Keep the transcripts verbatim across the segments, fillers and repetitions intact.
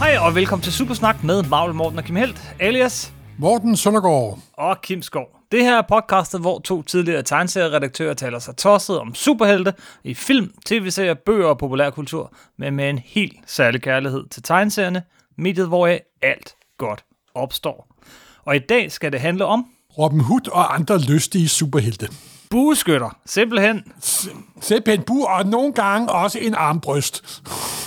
Hej og velkommen til Supersnak med Marvel Morten og Kim Helt, alias Morten Søndergaard og Kim Skov. Det her er podcastet, hvor to tidligere tegneserieredaktører taler sig tosset om superhelte i film, tv-serier, bøger og populærkultur, men med en helt særlig kærlighed til tegneserierne, mediet hvoraf alt godt opstår. Og i dag skal det handle om Robin Hood og andre lystige superhelte. Bueskytter, simpelthen. S- simpelthen bue, og nogle gange også en armbryst.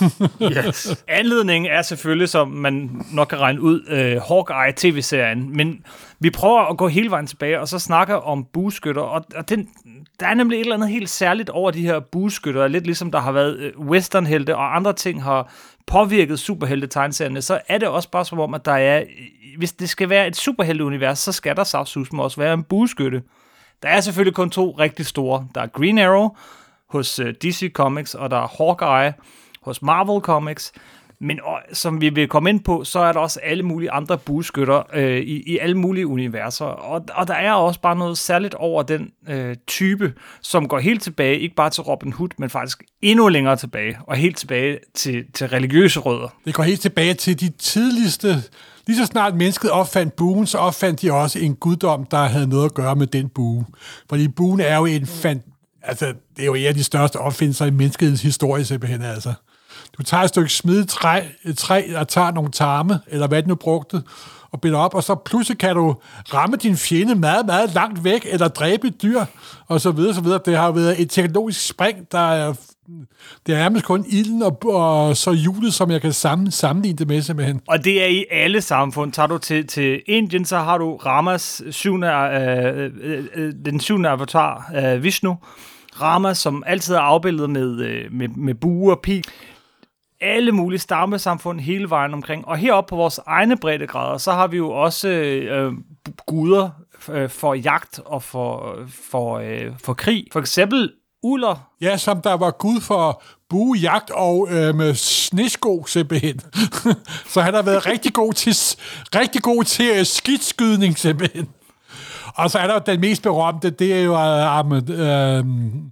Yes. Anledningen er selvfølgelig, som man nok kan regne ud, uh, Hawkeye-tv-serien, men vi prøver at gå hele vejen tilbage, og så snakke om bueskytter, og, og den, der er nemlig et eller andet helt særligt over de her bueskytter, lidt ligesom der har været uh, westernhelte, og andre ting har påvirket superhelte-tegneserierne, så er det også bare som om, at der er, hvis det skal være et superhelte-univers, så skal der saftsusme også være en bueskytte. Der er selvfølgelig kun to rigtig store. Der er Green Arrow hos D C Comics, og der er Hawkeye hos Marvel Comics. Men og, som vi vil komme ind på, så er der også alle mulige andre bueskytter øh, i, i alle mulige universer. Og, og der er også bare noget særligt over den øh, type, som går helt tilbage, ikke bare til Robin Hood, men faktisk endnu længere tilbage, og helt tilbage til, til religiøse rødder. Det går helt tilbage til de tidligste. Lige så snart mennesket opfandt buen, så opfandt de også en guddom, der havde noget at gøre med den bue. Fordi buen er jo en fan... Altså, det er jo en af de største opfindelser i menneskets historie, simpelthen, altså. Du tager et stykke smidigt træ, et træ og tager nogle tarme, eller hvad det nu brugte, og binder op, og så pludselig kan du ramme din fjende meget, meget langt væk, eller dræbe et dyr, og så videre, så videre. Det har været et teknologisk spring, der er... Det er nærmest kun ilden og, og så hjulet, som jeg kan sammen, sammenligne det med, simpelthen. Og det er i alle samfund. Tager du til, til Indien, så har du Ramas syvende, øh, øh, den syvende avatar, øh, Vishnu. Rama, som altid er afbildet med, øh, med, med bue og pil. Alle mulige stammesamfund hele vejen omkring. Og heroppe på vores egne breddegrader, så har vi jo også øh, guder øh, for jagt og for, for, øh, for krig. For eksempel Uller. Ja, som der var gud for bue, jagt og øh, med snesko, simpelthen. Så han har været rigtig god til, rigtig god til uh, skidskydning, simpelthen. Og så er der jo den mest berømte, det er jo uh, øh,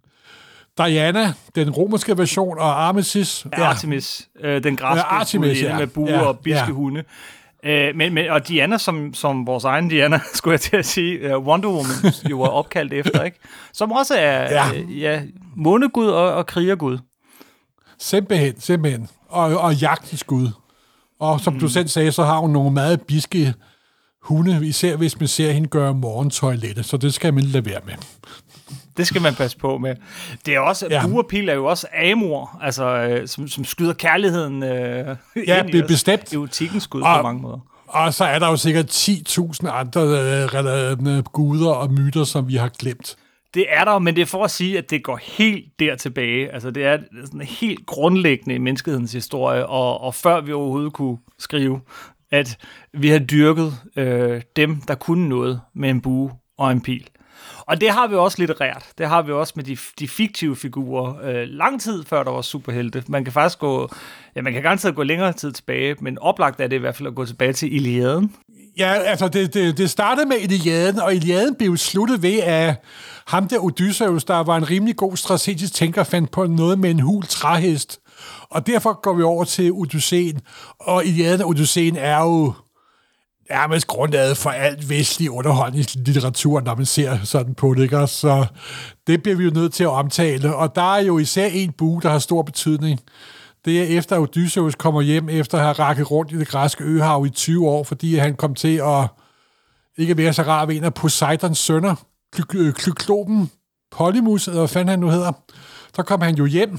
Diana, den romerske version, og Artemis. Ja. Artemis, øh, den græske ja, Artemis, ja. med bue ja, og biske ja. hunde. Øh, men, men, og Diana, som, som vores egen Diana, skulle jeg til at sige, uh, Wonder Woman jo var opkaldt efter, ikke? Som også er ja. Øh, ja, månegud og, og krigergud. Simpelthen, simpelthen. Og, og jagtens gud. Og som mm. du selv sagde, så har hun nogle meget biske hunde, især hvis man ser hende gøre morgentoilette, så det skal man lade være med. Det skal man passe på med. Det er også, ja. Bue og pil er jo også amor, altså, øh, som, som skyder kærligheden øh, ja, ind i bestemt. erotikkens skud og, på mange måder. Og så er der jo sikkert ti tusind andre øh, guder og myter, som vi har glemt. Det er der, men det er for at sige, at det går helt der tilbage. Altså, det er sådan helt grundlæggende i menneskehedens historie, og, og før vi overhovedet kunne skrive, at vi har dyrket øh, dem, der kunne noget med en bue og en pil. Og det har vi også litterært. Det har vi også med de, de fiktive figurer. Øh, lang tid før der var superhelte. Man kan faktisk gå, ja, man kan garanteret gå længere tid tilbage, men oplagt er det i hvert fald at gå tilbage til Iliaden. Ja, altså det, det, det startede med Iliaden, og Iliaden blev sluttet ved, at ham der Odysseus, der var en rimelig god strategisk tænker, fandt på noget med en hul træhest. Og derfor går vi over til Odysseen. Og Iliaden og Odysseen er jo nærmest grundlaget for alt vestlig underholdningslitteratur, når man ser sådan på det, ikke? Så det bliver vi jo nødt til at omtale. Og der er jo især en bue, der har stor betydning. Det er efter Odysseus kommer hjem, efter at have rakket rundt i det græske øhav i tyve år, fordi han kom til at ikke være så rar ved en af Poseidons sønner, Kyklopen Polymus, eller hvad fanden han nu hedder. Så kom han jo hjem,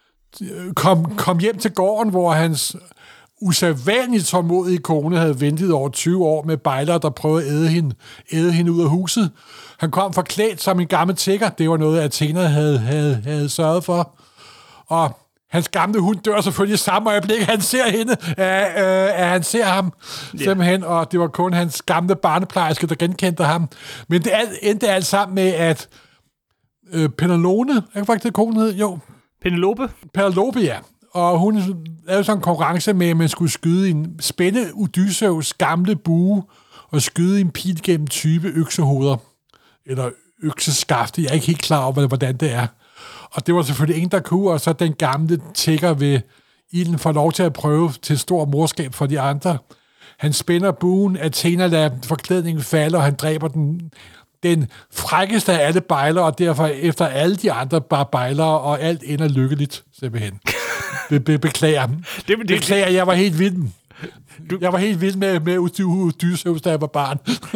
kom, kom hjem til gården, hvor hans usædvanligt tålmodige kone havde ventet over tyve år med bejlere, der prøvede at æde hende, æde hende ud af huset. Han kom forklædt som en gammel tigger. Det var noget, Athena havde, havde, havde sørget for. Og hans gamle hund dør selvfølgelig i samme øjeblik, han ser hende, at, øh, at han ser ham, yeah. simpelthen, og det var kun hans gamle barneplejerske, der genkendte ham. Men det endte alt sammen med, at øh, Penelope, er faktisk det konen hed? Jo. Penelope? Penelope, ja. Og hun lavede sådan en konkurrence med, at man skulle skyde en spænde Odysseus gamle bue, og skyde en pil gennem type øksehoveder, eller økseskafte. Jeg er ikke helt klar over, hvordan det er. Og det var selvfølgelig ingen, der kunne, og så den gamle tigger ved ilden får lov til at prøve til stor morskab for de andre. Han spænder buen, Athena lader forklædningen falde, og han dræber den, den frækkeste af alle bejler, og derfor efter alle de andre bare bejler, og alt ender lykkeligt, simpelthen. Be- be- beklager. Det, det, beklager, jeg var helt vild. Du, jeg var helt vild med, med Odysseus, da jeg var barn.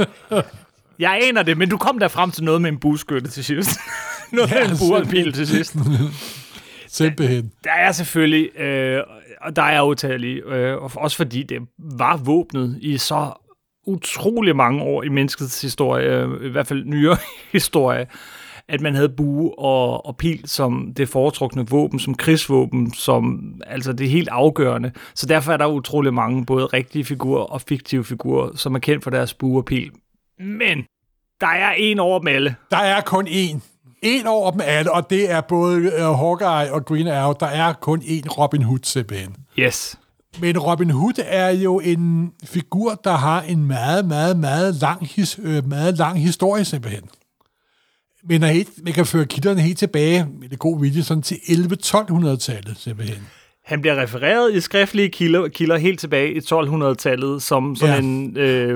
Jeg aner det, men du kom der frem til noget med en bueskytte til sidst. noget ja, med en buerpil til sidst. Simpelthen. Der, der er selvfølgelig, øh, og der er utallige, øh, også fordi det var våbnet i så utrolig mange år i menneskets historie, i hvert fald nyere historie, at man havde bue og, og pil som det foretrukne våben, som krigsvåben, som altså det helt afgørende. Så derfor er der utrolig mange både rigtige figurer og fiktive figurer, som er kendt for deres bue og pil. Men der er en over dem alle. Der er kun én. En over dem alle, og det er både uh, Hawkeye og Green Arrow. Der er kun én Robin Hood, simpelthen. Yes. Men Robin Hood er jo en figur, der har en meget, meget, meget lang, his, øh, meget lang historie, simpelthen. Men er helt, man kan føre kilderne helt tilbage, med det gode vilje, sådan til elleve-tolv hundrede-tallet, simpelthen. Han bliver refereret i skriftlige kilder, kilder helt tilbage i tolv hundrede-tallet, som sådan ja. en, øh,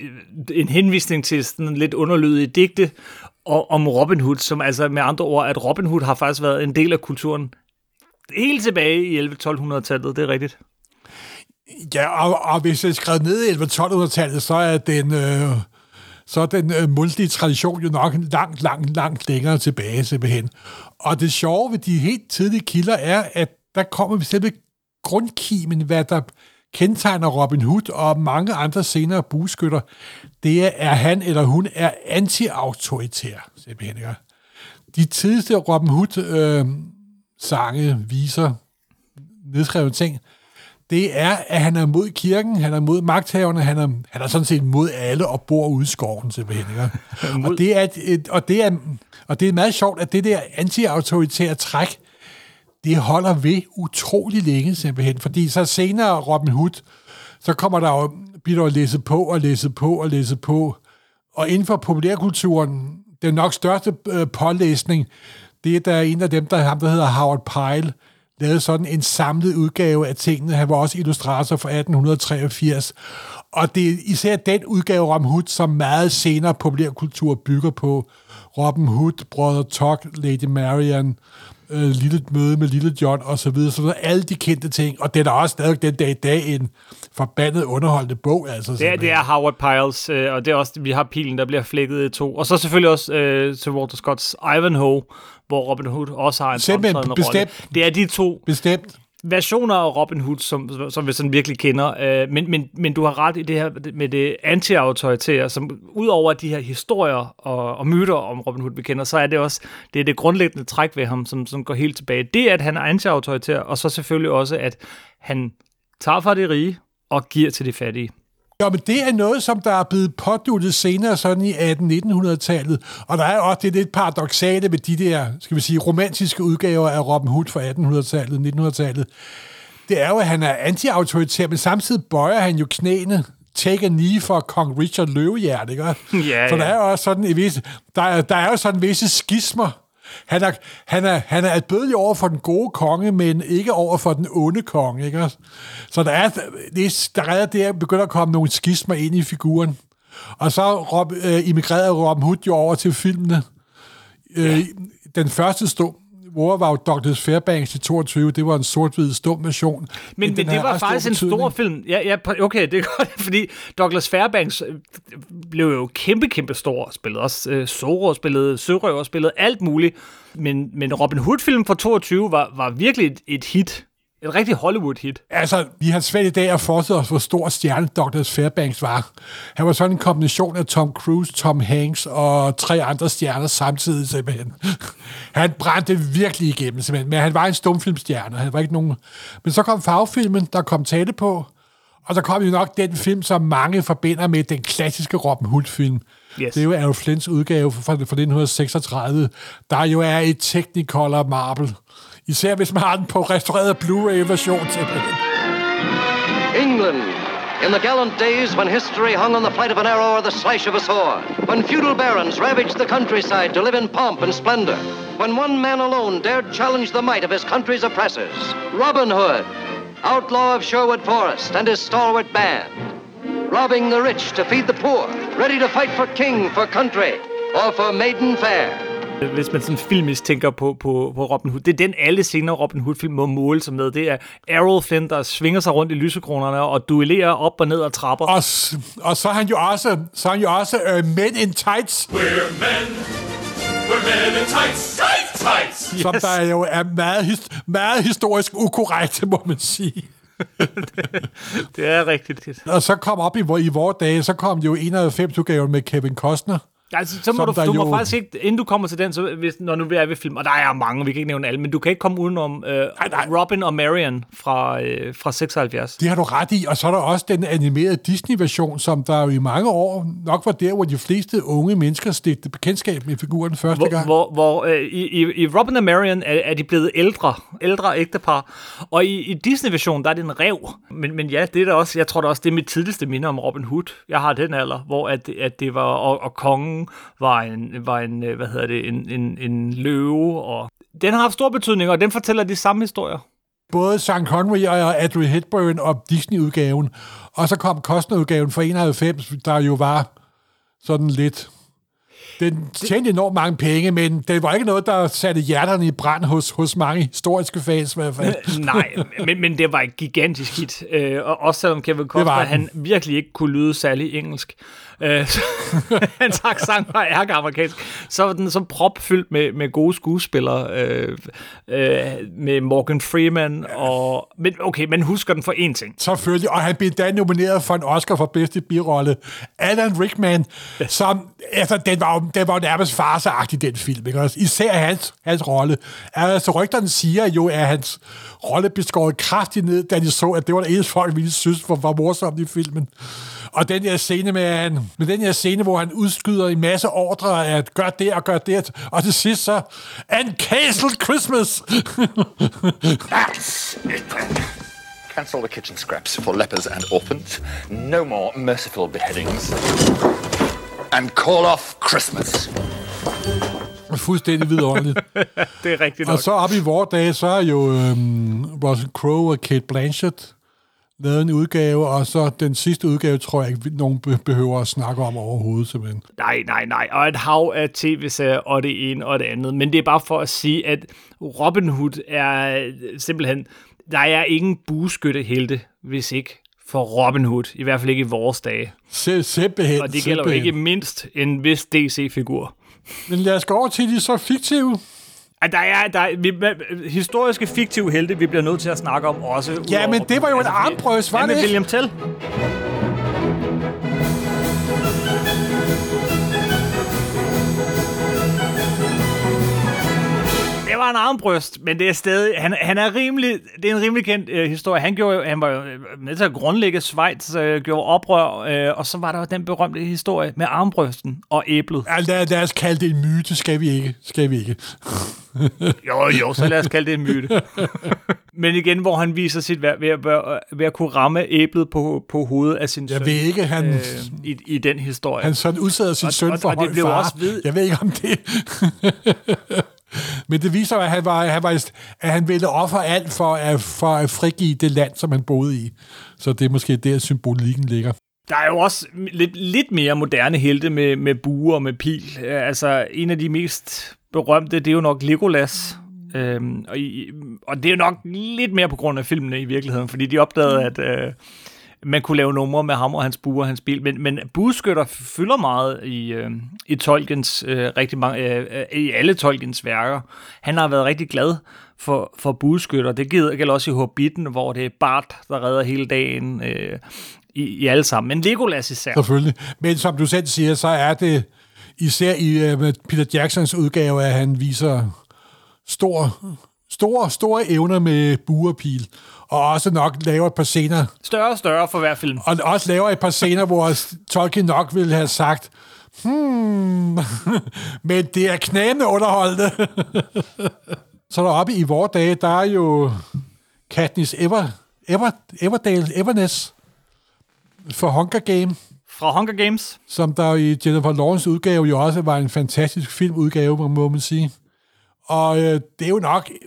en henvisning til sådan en lidt underlydige digte og, om Robin Hood, som altså med andre ord, at Robin Hood har faktisk været en del af kulturen helt tilbage i elleve-tolv hundrede-tallet, det er rigtigt. Ja, og, og hvis jeg skrev ned i elleve-tolv hundrede-tallet, så er den, øh, så er den øh, mundtlige tradition jo nok langt, langt, langt længere tilbage, simpelthen. Og det sjove ved de helt tidlige kilder er, at der kommer selve grundkimen, hvad der kendetegner Robin Hood og mange andre senere bueskytter, det er, at han eller hun er anti-autoritær, simpelthen. Ikke? De tidligste Robin Hood-sange, øh, viser, nedskrevne ting, det er, at han er mod kirken, han er mod magthaverne, han er, han er sådan set mod alle og bor ude i skoven, simpelthen. Ikke? og, det er et, et, og, det er, og det er meget sjovt, at det der anti-autoritære træk, det holder ved utrolig længe, simpelthen. Fordi så senere Robin Hood, så kommer der jo, bliver der læse på og læse på og læse på. Og inden for populærkulturen, den nok største øh, pålæsning, det er der en af dem, der, ham, der hedder Howard Pyle, lavede sådan en samlet udgave af tingene. Han var også illustrator for atten treogfirs. Og det er især den udgave af Robin Hood, som meget senere populærkultur bygger på. Robin Hood, Brother Tuck, Lady Marian, øh, Lille Møde med Lille John og så videre, så videre. Alle de kendte ting. Og det er også stadig den dag i dag en forbandet underholdende bog. Altså, det, er, det er Howard Pyles, øh, og det er også, vi har pilen, der bliver flækket i to. Og så selvfølgelig også øh, Sir Walter Scotts Ivanhoe, hvor Robin Hood også har en fremtrædende rolle. Det er de to bestemt versioner af Robin Hood, som, som vi sådan virkelig kender. Øh, men, men, men du har ret i det her med det anti-autoritære, som udover de her historier og, og myter om Robin Hood, vi kender, så er det også det, er det grundlæggende træk ved ham, som, som går helt tilbage. Det er, at han er anti-autoritær, og så selvfølgelig også, at han tager fra de rige og giver til de fattige. Ja, men det er noget, som der er blevet påduttet senere, sådan i atten-nitten hundrede-tallet. Og der er også det lidt paradoksale ved de der, skal vi sige, romantiske udgaver af Robin Hood fra atten hundrede-tallet, nitten hundrede-tallet. Det er jo, at han er anti-autoritær, men samtidig bøjer han jo knæene, take a knee for kong Richard Løvehjert, ikke? Ja, Så ja. der er jo også sådan en vis, der er, der er jo sådan visse skismer. Han er, han er, han er etbødelig over for den gode konge, men ikke over for den onde konge, ikke? Så der er, der er der begynder at komme nogle skismer ind i figuren. Og så Rob, øh, immigrerede Robin Hood jo over til filmene. Øh, den første stod, hvor var jo Douglas Fairbanks i toogtyve, det var en sort-hvid stum version. Men, men, men det var faktisk en stor film. Ja, ja, okay, det er godt, fordi Douglas Fairbanks blev jo kæmpe, kæmpe stor. Spillede også øh, Zorro, spillede Sørøver, spillede alt muligt. Men, men Robin Hood-film fra toogtyve var, var virkelig et, et hit. Et rigtig Hollywood-hit. Altså, vi har svært i dag at forestille os, hvor stor stjerne Douglas Fairbanks var. Han var sådan en kombination af Tom Cruise, Tom Hanks og tre andre stjerner samtidig, simpelthen. Han brændte virkelig igennem, simpelthen. Men han var en stumfilmstjerne. Han var ikke nogen... Men så kom farvefilmen, der kom tale på, og der kom jo nok den film, som mange forbinder med den klassiske Robin Hood-film. Yes. Det er jo Errol Flints udgave fra, fra nitten seksogtredive, der jo er et Technicolor marble. Især hvis man har den på restaureret Blu-ray-version til det. England, in the gallant days when history hung on the flight of an arrow or the slash of a sword, when feudal barons ravaged the countryside to live in pomp and splendor, when one man alone dared challenge the might of his country's oppressors, Robin Hood, outlaw of Sherwood Forest and his stalwart band, robbing the rich to feed the poor, ready to fight for king, for country, or for maiden fair. Hvis man sådan filmisk tænker på, på, på Robin Hood, det er den alle senere Robin Hood-film må måle sig med. Det er Errol Flynn, der svinger sig rundt i lysekronerne og duellerer op og ned ad trapper. Og, og så er han jo også, så er han jo også uh, Men in Tights. We're men, we're men in tights, tights, tights. Som yes. Der jo er meget, his, meget historisk ukorrekt, må man sige. det, det er rigtigt. Og så kom op i, i vores dage, så kom jo enoghalvfems-udgaven med Kevin Costner. Altså, så må du, du må jo... faktisk ikke, inden du kommer til den, så hvis, når nu er ved film, og der er mange, vi kan ikke nævne alle, men du kan ikke komme udenom øh, nej, nej. Robin og Marian fra, øh, fra seksoghalvfjerds. Det har du ret i, og så er der også den animerede Disney-version, som der jo i mange år nok var der, hvor de fleste unge mennesker stiftede bekendtskab med figuren første hvor, gang. Hvor, hvor øh, i, i Robin og Marian er, er de blevet ældre, ældre ægtepar, og i, i Disney-versionen, der er det en ræv. Men, men ja, det er der også, jeg tror da også, det er mit tidligste minde om Robin Hood. Jeg har den alder, hvor at, at det var, og, og kongen var en, var en, hvad hedder det, en, en, en løve, og den har haft stor betydning, og den fortæller de samme historier. Både Sean Connery og Audrey Hepburn og Disney-udgaven, og så kom Costner-udgaven fra enoghalvfems, der jo var sådan lidt... Den tjente enormt mange penge, men det var ikke noget, der satte hjerterne i brand hos, hos mange historiske fans i hvert fald. Nej, men, men det var et gigantisk hit. Øh, og også selvom Kevin Costner, han virkelig ikke kunne lyde særlig engelsk. Øh, hans accent var ærkeamerikansk. Så var den så propfyldt med, med gode skuespillere. Øh, øh, med Morgan Freeman. Og, men okay, man husker den for én ting. Selvfølgelig, og han blev da nomineret for en Oscar for bedste birolle. Alan Rickman, ja. som altså, den var den var nærmest farseagtig, den film. Ikke? Især hans, hans rolle. Altså, rygterne siger jo, at hans rolle blev skåret kraftigt ned, da de så, at det var det eneste folk, ville synes, var, var morsomt i filmen. Og den her scene med, han, med den her scene, hvor han udskyder en masse ordre at gør det og gør det, og til sidst så, and cancel Christmas! That's it then. Cancel the kitchen scraps for lepers and orphans. No more merciful beheadings. And call off Christmas. Fuldstændig vidunderligt. Det er rigtigt nok. Og så op i vores dage, så er jo øhm, Russell Crowe og Cate Blanchett lavet en udgave, og så den sidste udgave, tror jeg ikke, nogen behøver at snakke om overhovedet, simpelthen. Nej, nej, nej. Og et hav af tv-serier, og det ene og det andet. Men det er bare for at sige, at Robin Hood er simpelthen... Der er ingen bueskyttehelte, hvis ikke for Robin Hood. I hvert fald ikke i vores dage. Se, simpelthen. Og det gælder simpelthen. Jo ikke mindst en vis D C-figur. Men lad os gå over til de så fiktive. Der er, der er vi, historiske fiktive helte, vi bliver nødt til at snakke om også. Ja, men det var jo altså, en armbrøst, var det ikke? William Tell. Det var en armbryst, men det er stadig, han, han er rimelig, det er en rimelig kendt øh, historie. Han gjorde han var jo med til at grundlægge Schweiz, øh, gjorde oprør, øh, og så var der jo den berømte historie med armbrysten og æblet. Ja, lad, lad os kalde det en myte, skal vi ikke? Skal vi ikke? jo, jo, så lad os kalde det en myte. Men igen, hvor han viser sit værd ved, ved, ved at kunne ramme æblet på, på hovedet af sin jeg søn. Jeg ved ikke, han... Øh, i, i den historie. Han sådan udsætter sin og, søn og, for og, og høj det blev far. Også ved... Jeg ved ikke om det... Men det viser, at han, var, han var, at han ville ofre alt for at, for at frigive det land, som han boede i. Så det er måske der, symbolikken ligger. Der er jo også lidt, lidt mere moderne helte med, med buer og med pil. Altså, en af de mest berømte, det er jo nok Legolas. Øhm, og, i, og det er jo nok lidt mere på grund af filmene i virkeligheden, fordi de opdagede, at øh, man kunne lave numre med ham og hans bue og hans bil. Men, men bueskytter fylder meget i, øh, i Tolkiens, øh, rigtig mange, øh, i alle Tolkiens værker. Han har været rigtig glad for, for bueskytter. Det gælder også i Hobbiten, hvor det er Bart, der redder hele dagen øh, i, i alle sammen. Men Legolas især. Selvfølgelig. Men som du selv siger, så er det især i uh, Peter Jacksons udgave, at han viser store, store, store evner med bue og pil. Og også nok laver et par scener. Større og større for hver film. Og også laver et par scener, hvor Tolkien nok ville have sagt, hmm, men det er knæende underholdende. Så deroppe i vores dage, der er jo Katniss Ever, Ever, Everdale, Everness for Hunger Game. Fra Hunger Games. Som der i Jennifer Lawrence udgave jo også var en fantastisk filmudgave, må man sige. Og øh, det er jo nok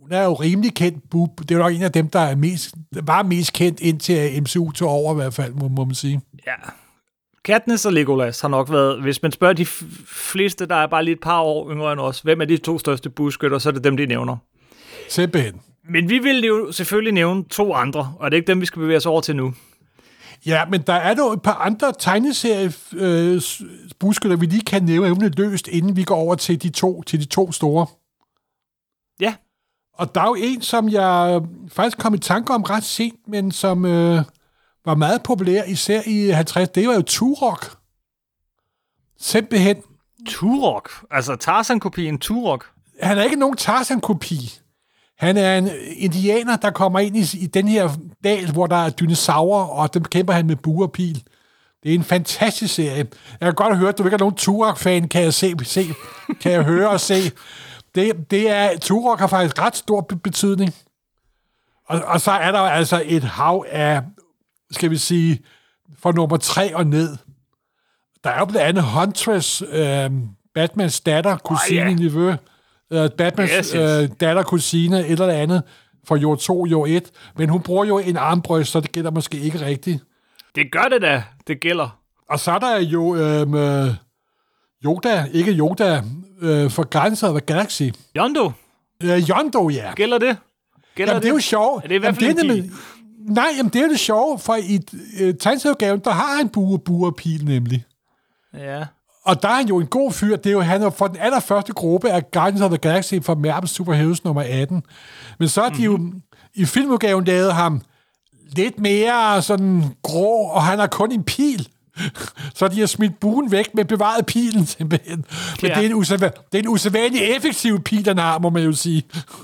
hun er jo rimelig kendt bub. Det er jo nok en af dem, der er mest, var mest kendt indtil M C U tog over i hvert fald, må, må man sige. Ja. Katniss og Legolas har nok været, hvis man spørger de f- fleste, der er bare lige et par år yngre end os, hvem er de to største bueskytter, så er det dem, de nævner. Simpelthen. Men vi vil jo selvfølgelig nævne to andre, og det er ikke dem, vi skal bevæge os over til nu. Ja, men der er dog et par andre tegneserie øh, bueskytter, vi lige kan nævne evne løst, inden vi går over til de to, til de to store. Ja. Og der er jo en, som jeg faktisk kom i tanke om ret sent, men som øh, var meget populær, især i halvtreds. Det var jo Turok. Simpelthen. Turok? Altså Tarzan-kopien Turok? Han er ikke nogen Tarzan-kopi. Han er en indianer, der kommer ind i, i den her dal, hvor der er dinosaurer, og dem kæmper han med bue og pil. Det er en fantastisk serie. Jeg kan godt høre, at du ikke er nogen Turok-fan, kan jeg se, se, kan jeg høre og se. Det, det er, Turok har faktisk ret stor betydning. Og, og så er der altså et hav af, skal vi sige, fra nummer tre og ned. Der er jo blandt andet Huntress, øh, Batmans datter, kusine, oh, yeah. Niveau, øh, Batmans yes, yes. Øh, datter, kusine, et eller andet, fra jord to, jord et. Men hun bruger jo en armbryst, så det gælder måske ikke rigtigt. Det gør det da, det gælder. Og så er der jo øh, Yoda, ikke Yoda, øh, for Guardians of the Galaxy. Yondo. Øh, Yondo, ja. Gælder det? Gælder jamen, det er jo sjovt. Er det i hvert fald jamen, det er Nej, jamen, det er det sjove, for i øh, tegneserieudgaven, der har han bue, bue og pil, nemlig. Ja. Og der er han jo en god fyr. Det er jo, han er for den allerførste gruppe af Guardians of the Galaxy fra Marvel Superheroes nummer atten. Men så er de mm-hmm. jo i filmudgaven lavet ham lidt mere sådan grå, og han har kun en pil. Så de har smidt buen væk med bevaret pilen, simpelthen. Men ja. det, er en usædvan- det er en usædvanlig effektiv pil, den har, må man jo sige.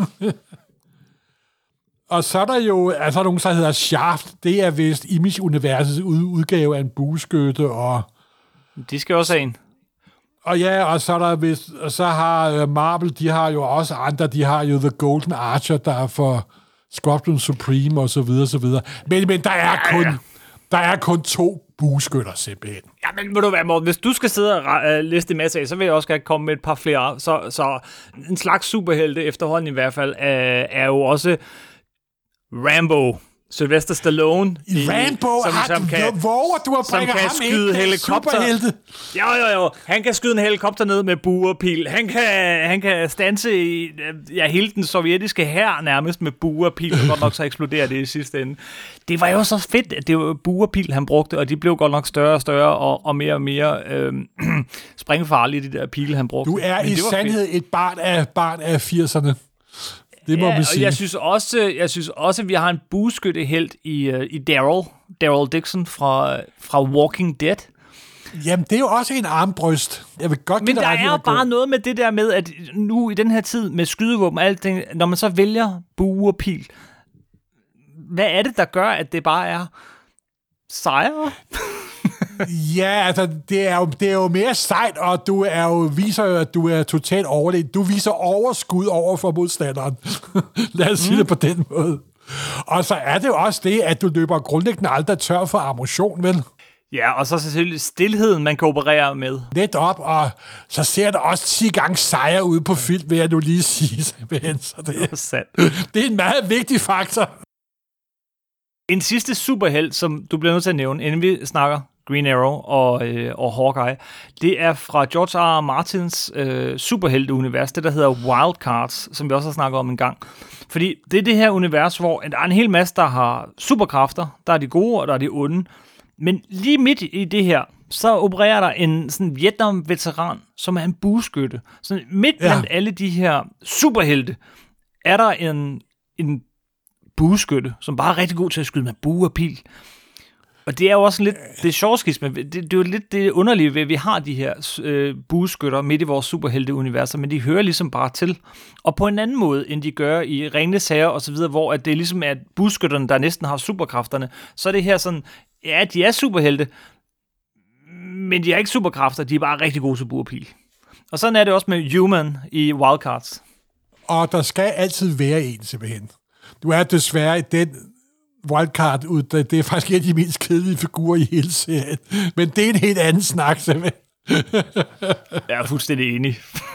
Og så er der jo altså nogen, der hedder Shaft. Det er vist Image-universets udgave af en bueskytte, og... De skal også have en. Og ja, og så er der vist... Og så har Marvel, de har jo også andre. De har jo The Golden Archer, der er for Squadron Supreme, og så videre, så videre. Men, men der er ja, kun... Ja. Der er kun to bueskytter, simpelthen. Ja, men må du være, Morten, hvis du skal sidde og uh, liste en masse af, så vil jeg også gerne komme med et par flere. Så, så en slags superhelte efterhånden i hvert fald, uh, er jo også Rambo. Sylvester Stallone. I Rambo som, har som kan, våger, du har bringet ham skyde ind. Helikopter. Jo, jo, jo. Han kan skyde en helikopter ned med bue og pil. Han kan, han kan stanse i, ja, hele den sovjetiske hær nærmest med bue og pil. Godt nok så eksploderer det i sidste ende. Det var jo så fedt, at det var bue og pil, han brugte, og de blev godt nok større og større og, og mere og mere øh, springfarlige, de der pile, han brugte. Du er i sandhed fedt. et barn af, barn af firserne. Det må ja, man sige. Og jeg synes også, jeg synes også, at vi har en bueskyttehelt i, uh, i Daryl, Daryl Dixon fra, fra Walking Dead. Jamen, det er jo også en armbryst. Jeg vil godt Men der er jo bare noget med det der med, at nu i den her tid med skydevåben og alt det, når man så vælger bue og pil, hvad er det, der gør, at det bare er sejre? Ja, altså, det er, jo, det er jo mere sejt, og du er jo, viser jo, at du er totalt overlegen. Du viser overskud over for modstanderen. Lad os sige mm. det på den måde. Og så er det jo også det, at du løber grundlæggende aldrig tør for ammunition, vel? Ja, og så selvfølgelig stilheden, man kan operere med. Lidt op, og så ser der også ti gange sejre ude på film, vil jeg nu lige sige. Så det, det, er sandt. Det er en meget vigtig faktor. En sidste superhelt, som du bliver nødt til at nævne, inden vi snakker Green Arrow og, øh, og Hawkeye, det er fra George R. R. Martins øh, superhelteunivers, det der hedder Wildcards, som vi også har snakket om en gang. Fordi det er det her univers, hvor der er en hel masse, der har superkræfter, der er de gode, og der er de onde. Men lige midt i det her, så opererer der en sådan Vietnam-veteran, som er en bueskytte. Så midt blandt ja. alle de her superhelte, er der en, en bueskytte, som bare er rigtig god til at skyde med bue og pil. Og det er jo også lidt det sjovskisme. Det, det er jo lidt det underlige ved, at vi har de her øh, bueskytter midt i vores superhelteuniverser, men de hører ligesom bare til. Og på en anden måde, end de gør i Ringenes Herre og så videre, hvor at det ligesom er bueskytterne, der næsten har superkræfterne, så er det her sådan, ja, de er superhelte, men de har ikke superkræfter, de er bare rigtig gode til bue og pil. Og sådan er det også med Human i Wildcards. Og der skal altid være en, simpelthen. Du er desværre i den Wildcard ud. Det er faktisk en af de mindst kedelige figurer i hele serien. Men det er en helt anden snak, simpelthen. Jeg er fuldstændig enig.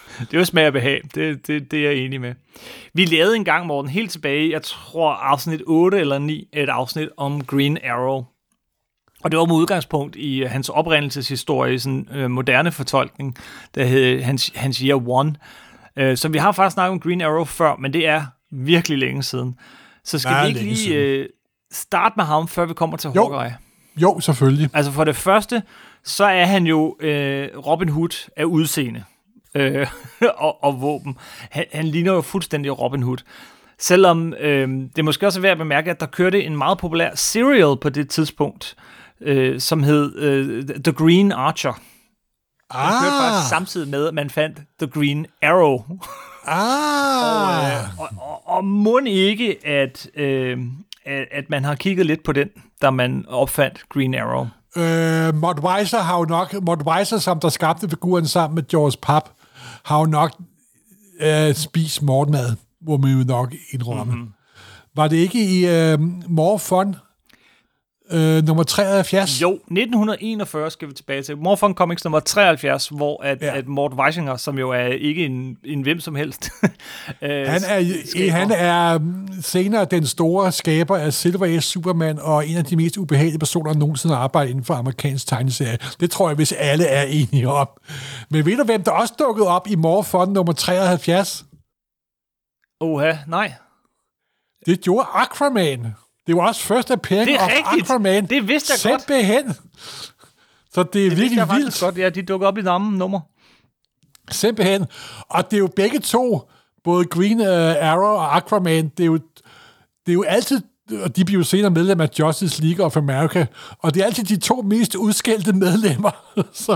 Det er jo smag og behag. Det, det, det er jeg enig med. Vi lavede en gang, Morten, helt tilbage, jeg tror afsnit otte eller ni, et afsnit om Green Arrow. Og det var med udgangspunkt i hans oprindelseshistorie, sådan øh, moderne fortolkning, der hed hans, hans Year One. Øh, så vi har faktisk snakket om Green Arrow før, men det er virkelig længe siden. Så skal Nej, vi ikke lige øh, starte med ham, før vi kommer til Jo. Hawkeye? Jo, selvfølgelig. Altså for det første, så er han jo øh, Robin Hood af udseende øh, og, og våben. Han, han ligner jo fuldstændig Robin Hood. Selvom øh, det måske også er værd at bemærke, at der kørte en meget populær serial på det tidspunkt, øh, som hed øh, The Green Archer. Den Ah. kørte faktisk samtidig med, at man fandt The Green Arrow. Ah. og, og, og må ikke, at, øh, at, at man har kigget lidt på den, da man opfandt Green Arrow. Øh, Mort Weiser har jo nok, Mort Weiser, som der skabte figuren sammen med George Papp, har jo nok øh, spist morgenmad, må man jo nok indrømme. Mm-hmm. Var det ikke i øh, More Fun, øh, nummer treoghalvfjerds? Jo, nitten enogfyrre skal vi tilbage til. More Fun Comics nummer treoghalvfjerds, hvor at, Ja. at Mort Weisinger, som jo er ikke en, en hvem som helst. øh, Han er, skaber. han er senere den store skaber af Silver Age Superman, og en af de mest ubehagelige personer, der nogensinde har arbejdet inden for amerikansk tegneserie. Det tror jeg, hvis alle er enige om. Men ved du, hvem der også dukkede op i More Fun nummer treoghalvfjerds? Oha, nej. Det gjorde Aquaman. Det var også første appearing Det er of rigtigt. Aquaman. Det vidste jeg godt. Simpelthen. Så det er Det vidste virkelig jeg faktisk vildt. godt. Ja, de dukker op i samme nummer. Simpelthen. Og det er jo begge to, både Green uh, Arrow og Aquaman, det er jo, det er jo altid, og de bliver jo senere medlem af Justice League of America, og det er altid de to mest udskældte medlemmer. Så.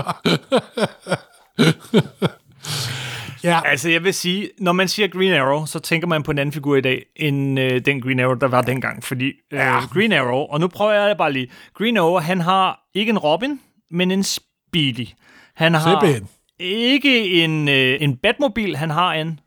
Ja. Altså, jeg vil sige, når man siger Green Arrow, så tænker man på en anden figur i dag, end øh, den Green Arrow, der var dengang. Fordi øh, Ja. Green Arrow, og nu prøver jeg det bare lige. Green Arrow, han har ikke en Robin, men en Speedy. Han har Simpelthen. ikke en, øh, en Batmobil, han har en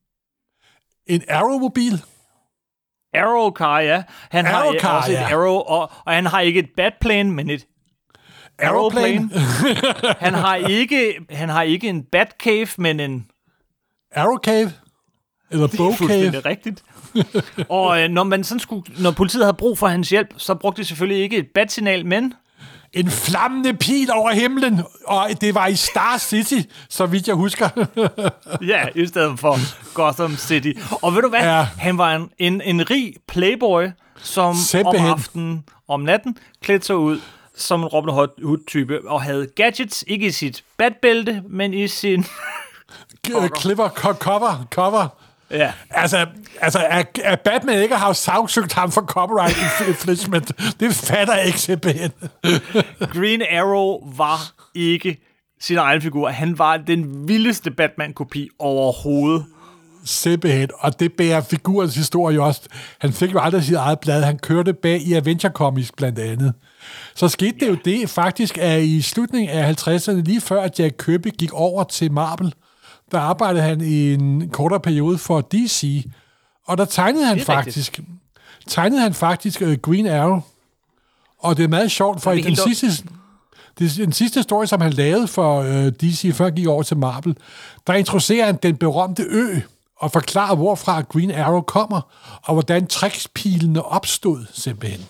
En Arrow-mobil. Arrow-car, ja. Han har Arrow-car, øh, også ja. et Arrow, og, og han har ikke et Batplane, men et Arrowplane. han, har ikke, han har ikke en Batcave, men en Arrow Cave. Eller Bow Cave. fuldstændig rigtigt. Og øh, når man sådan skulle, når politiet havde brug for hans hjælp, så brugte de selvfølgelig ikke et bat-signal, men En flammende pil over himlen. Og det var i Star City, så vidt jeg husker. ja, i stedet for Gotham City. Og ved du hvad? Ja. Han var en, en, en rig playboy, som Simpelthen. om aftenen, om natten, klædte sig ud som en Robin Hood-type, og havde gadgets, ikke i sit batbælte, men i sin Clipper co- cover. Cover. ja, Altså, altså at, at Batman ikke har sagsøgt ham for copyright infringement, det fatter jeg ikke simpelthen. Green Arrow var ikke sin egen figur. Han var den vildeste Batman-kopi overhovedet. Simpelthen. Og det bærer figurens historie jo også. Han fik jo aldrig sit eget blad. Han kørte bag i Adventure Comics blandt andet. Så skete det jo det faktisk, at i slutningen af halvtredserne, lige før at Jack Kirby gik over til Marvel, der arbejdede han i en kortere periode for D C, og der tegnede han faktisk tegnede han faktisk uh, Green Arrow. Og det er meget sjovt, for Er i vi den helt sidste, det, den sidste historie, som han lavede for uh, D C, før han gik over til Marvel, der introducerer han den berømte ø, og forklarer, hvorfra Green Arrow kommer, og hvordan trækspilene opstod, simpelthen.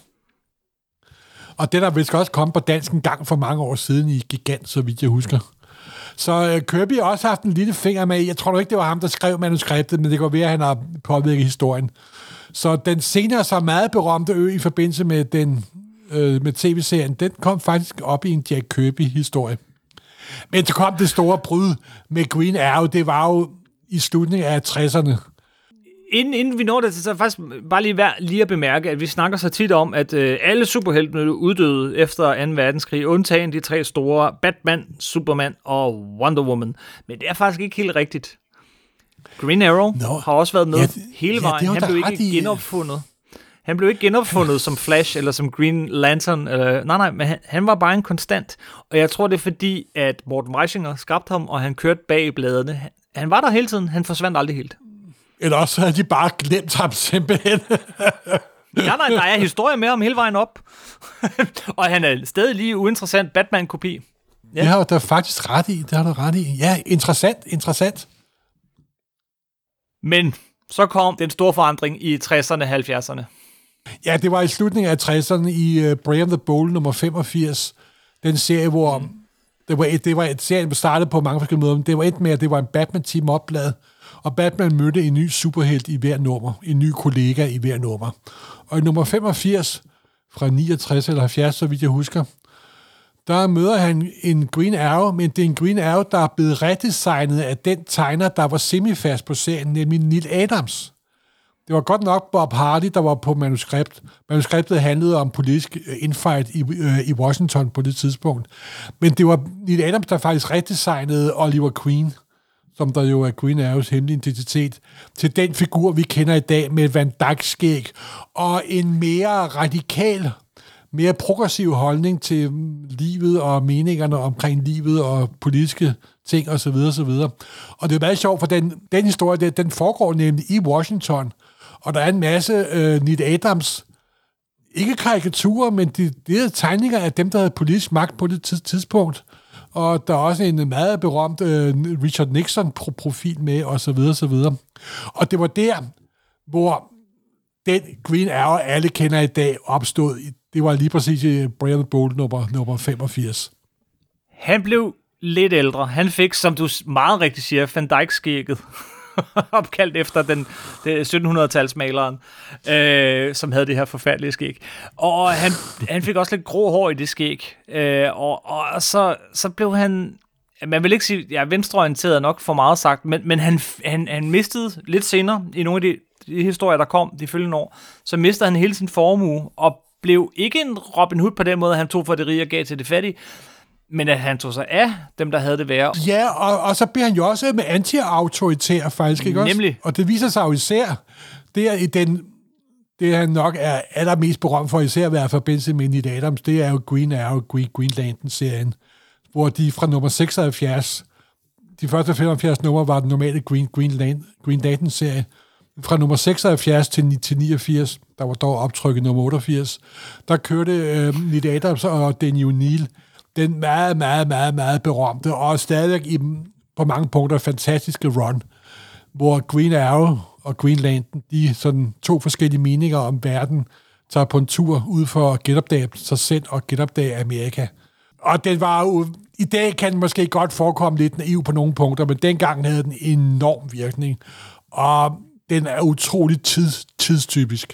Og det der vist også kom på dansk en gang for mange år siden i Gigant, så vidt jeg husker. Så uh, Kirby har også haft en lille finger med. Jeg tror nok ikke, det var ham, der skrev manuskriptet, men det kan være, at han har påvirket historien. Så den senere så meget berømte ø i forbindelse med, den, øh, med tv-serien, den kom faktisk op i en Jack Kirby-historie. Men så kom det store brud med Green Arrow. Det var jo i slutningen af tresserne. Inden, inden vi når det, så er det faktisk bare lige værd lige at bemærke, at vi snakker så tit om, at øh, alle superheltene uddøde efter anden verdenskrig, undtagen de tre store, Batman, Superman og Wonder Woman. Men det er faktisk ikke helt rigtigt. Green Arrow Nå. har også været med Ja, ja, hele ja, vejen. det var Han da blev ret ikke i- genopfundet. Han blev ikke genopfundet som Flash eller som Green Lantern. Eller, nej, nej, men han, han var bare en konstant. Og jeg tror, det er fordi, at Morten Weisinger skabte ham, og han kørte bag i bladene. Han, han var der hele tiden. Han forsvandt aldrig helt. Eller også havde de bare glemt ham simpelthen. Ja, nej, der er historie med ham hele vejen op. Og han er stadig lige uinteressant Batman-kopi. Ja. Det har du da faktisk ret i. Det har du ret i. Ja, interessant, interessant. Men så kom den store forandring i tresserne og halvfjerdserne. Ja, det var i slutningen af tresserne i uh, Brave and the Bold nummer femogfirs. Den serie, hvor... Mm. Det var, et, det var et serie, der startede på mange forskellige måder, men det var et med, at det var en Batman-team opblad, og Batman mødte en ny superhelt i hver nummer, en ny kollega i hver nummer. Og i nummer femogfirs, fra niogtres eller halvfjerds, så vidt jeg husker, der møder han en Green Arrow, men det er en Green Arrow, der er blevet redesignet af den tegner, der var semifast på serien, nemlig Neil Adams. Det var godt nok Bob Hardy, der var på manuskript. Manuskriptet handlede om politisk infight i, øh, i Washington på det tidspunkt. Men det var Neil Adams, der faktisk redesignede Oliver Queen, som der jo er Green Arrows hemmelige identitet, til den figur, vi kender i dag med Van Dyke-skæg, og en mere radikal, mere progressiv holdning til livet og meningerne omkring livet og politiske ting osv. osv. Og det er meget sjovt, for den, den historie, den foregår nemlig i Washington, og der er en masse øh, Neil Adams, ikke karikaturer, men de, de er tegninger af dem, der havde politisk magt på det tidspunkt. Og der er også en meget berømt øh, Richard Nixon-profil med, og så videre, så videre. Og det var der, hvor den Green Arrow, alle kender i dag, opstod. Det var lige præcis i Brave and the Bold nummer, nummer femogfirs. Han blev lidt ældre. Han fik, som du meget rigtigt siger, Van Dyke-skægget. Opkaldt efter den, den syttenhundrede-talsmaleren, øh, som havde det her forfærdelige skæg. Og han, han fik også lidt grå hår i det skæg. Øh, og og så, så blev han... Man vil ikke sige, ja, venstreorienteret nok for meget sagt, men, men han, han, han mistede lidt senere, i nogle af de, de historier, der kom de følgende år, så mistede han hele sin formue, og blev ikke en Robin Hood på den måde, han tog for det rige og gav til det fattige, men at han tog sig af dem, der havde det værre. Ja, og, og så bliver han jo også med anti-autoritær, faktisk, ikke også? Nemlig. Og det viser sig jo især, det er i den, det han nok er allermest berømt for, især at være forbindelse med Neil Adams, det er jo Green Arrow, Green, Green Lantern-serien, hvor de fra nummer seksoghalvfjerds, de første femoghalvfjerds numre var den normale Green, Green, Lantern, Green Lantern-serie, fra nummer seksoghalvfjerds til, til niogfirs, der var dog optrykket nummer otteogfirs, der kørte øh, Neil Adams og Denny O'Neil den meget, meget, meget, meget berømte, og stadig i, på mange punkter fantastiske run, hvor Green Arrow og Green Lantern, de sådan to forskellige meninger om verden, tager på en tur ud for at genopdage sig selv og genopdage Amerika. Og den var jo, i dag kan den måske godt forekomme lidt naiv på nogle punkter, men dengang havde den enorm virkning, og den er utroligt tids, tidstypisk.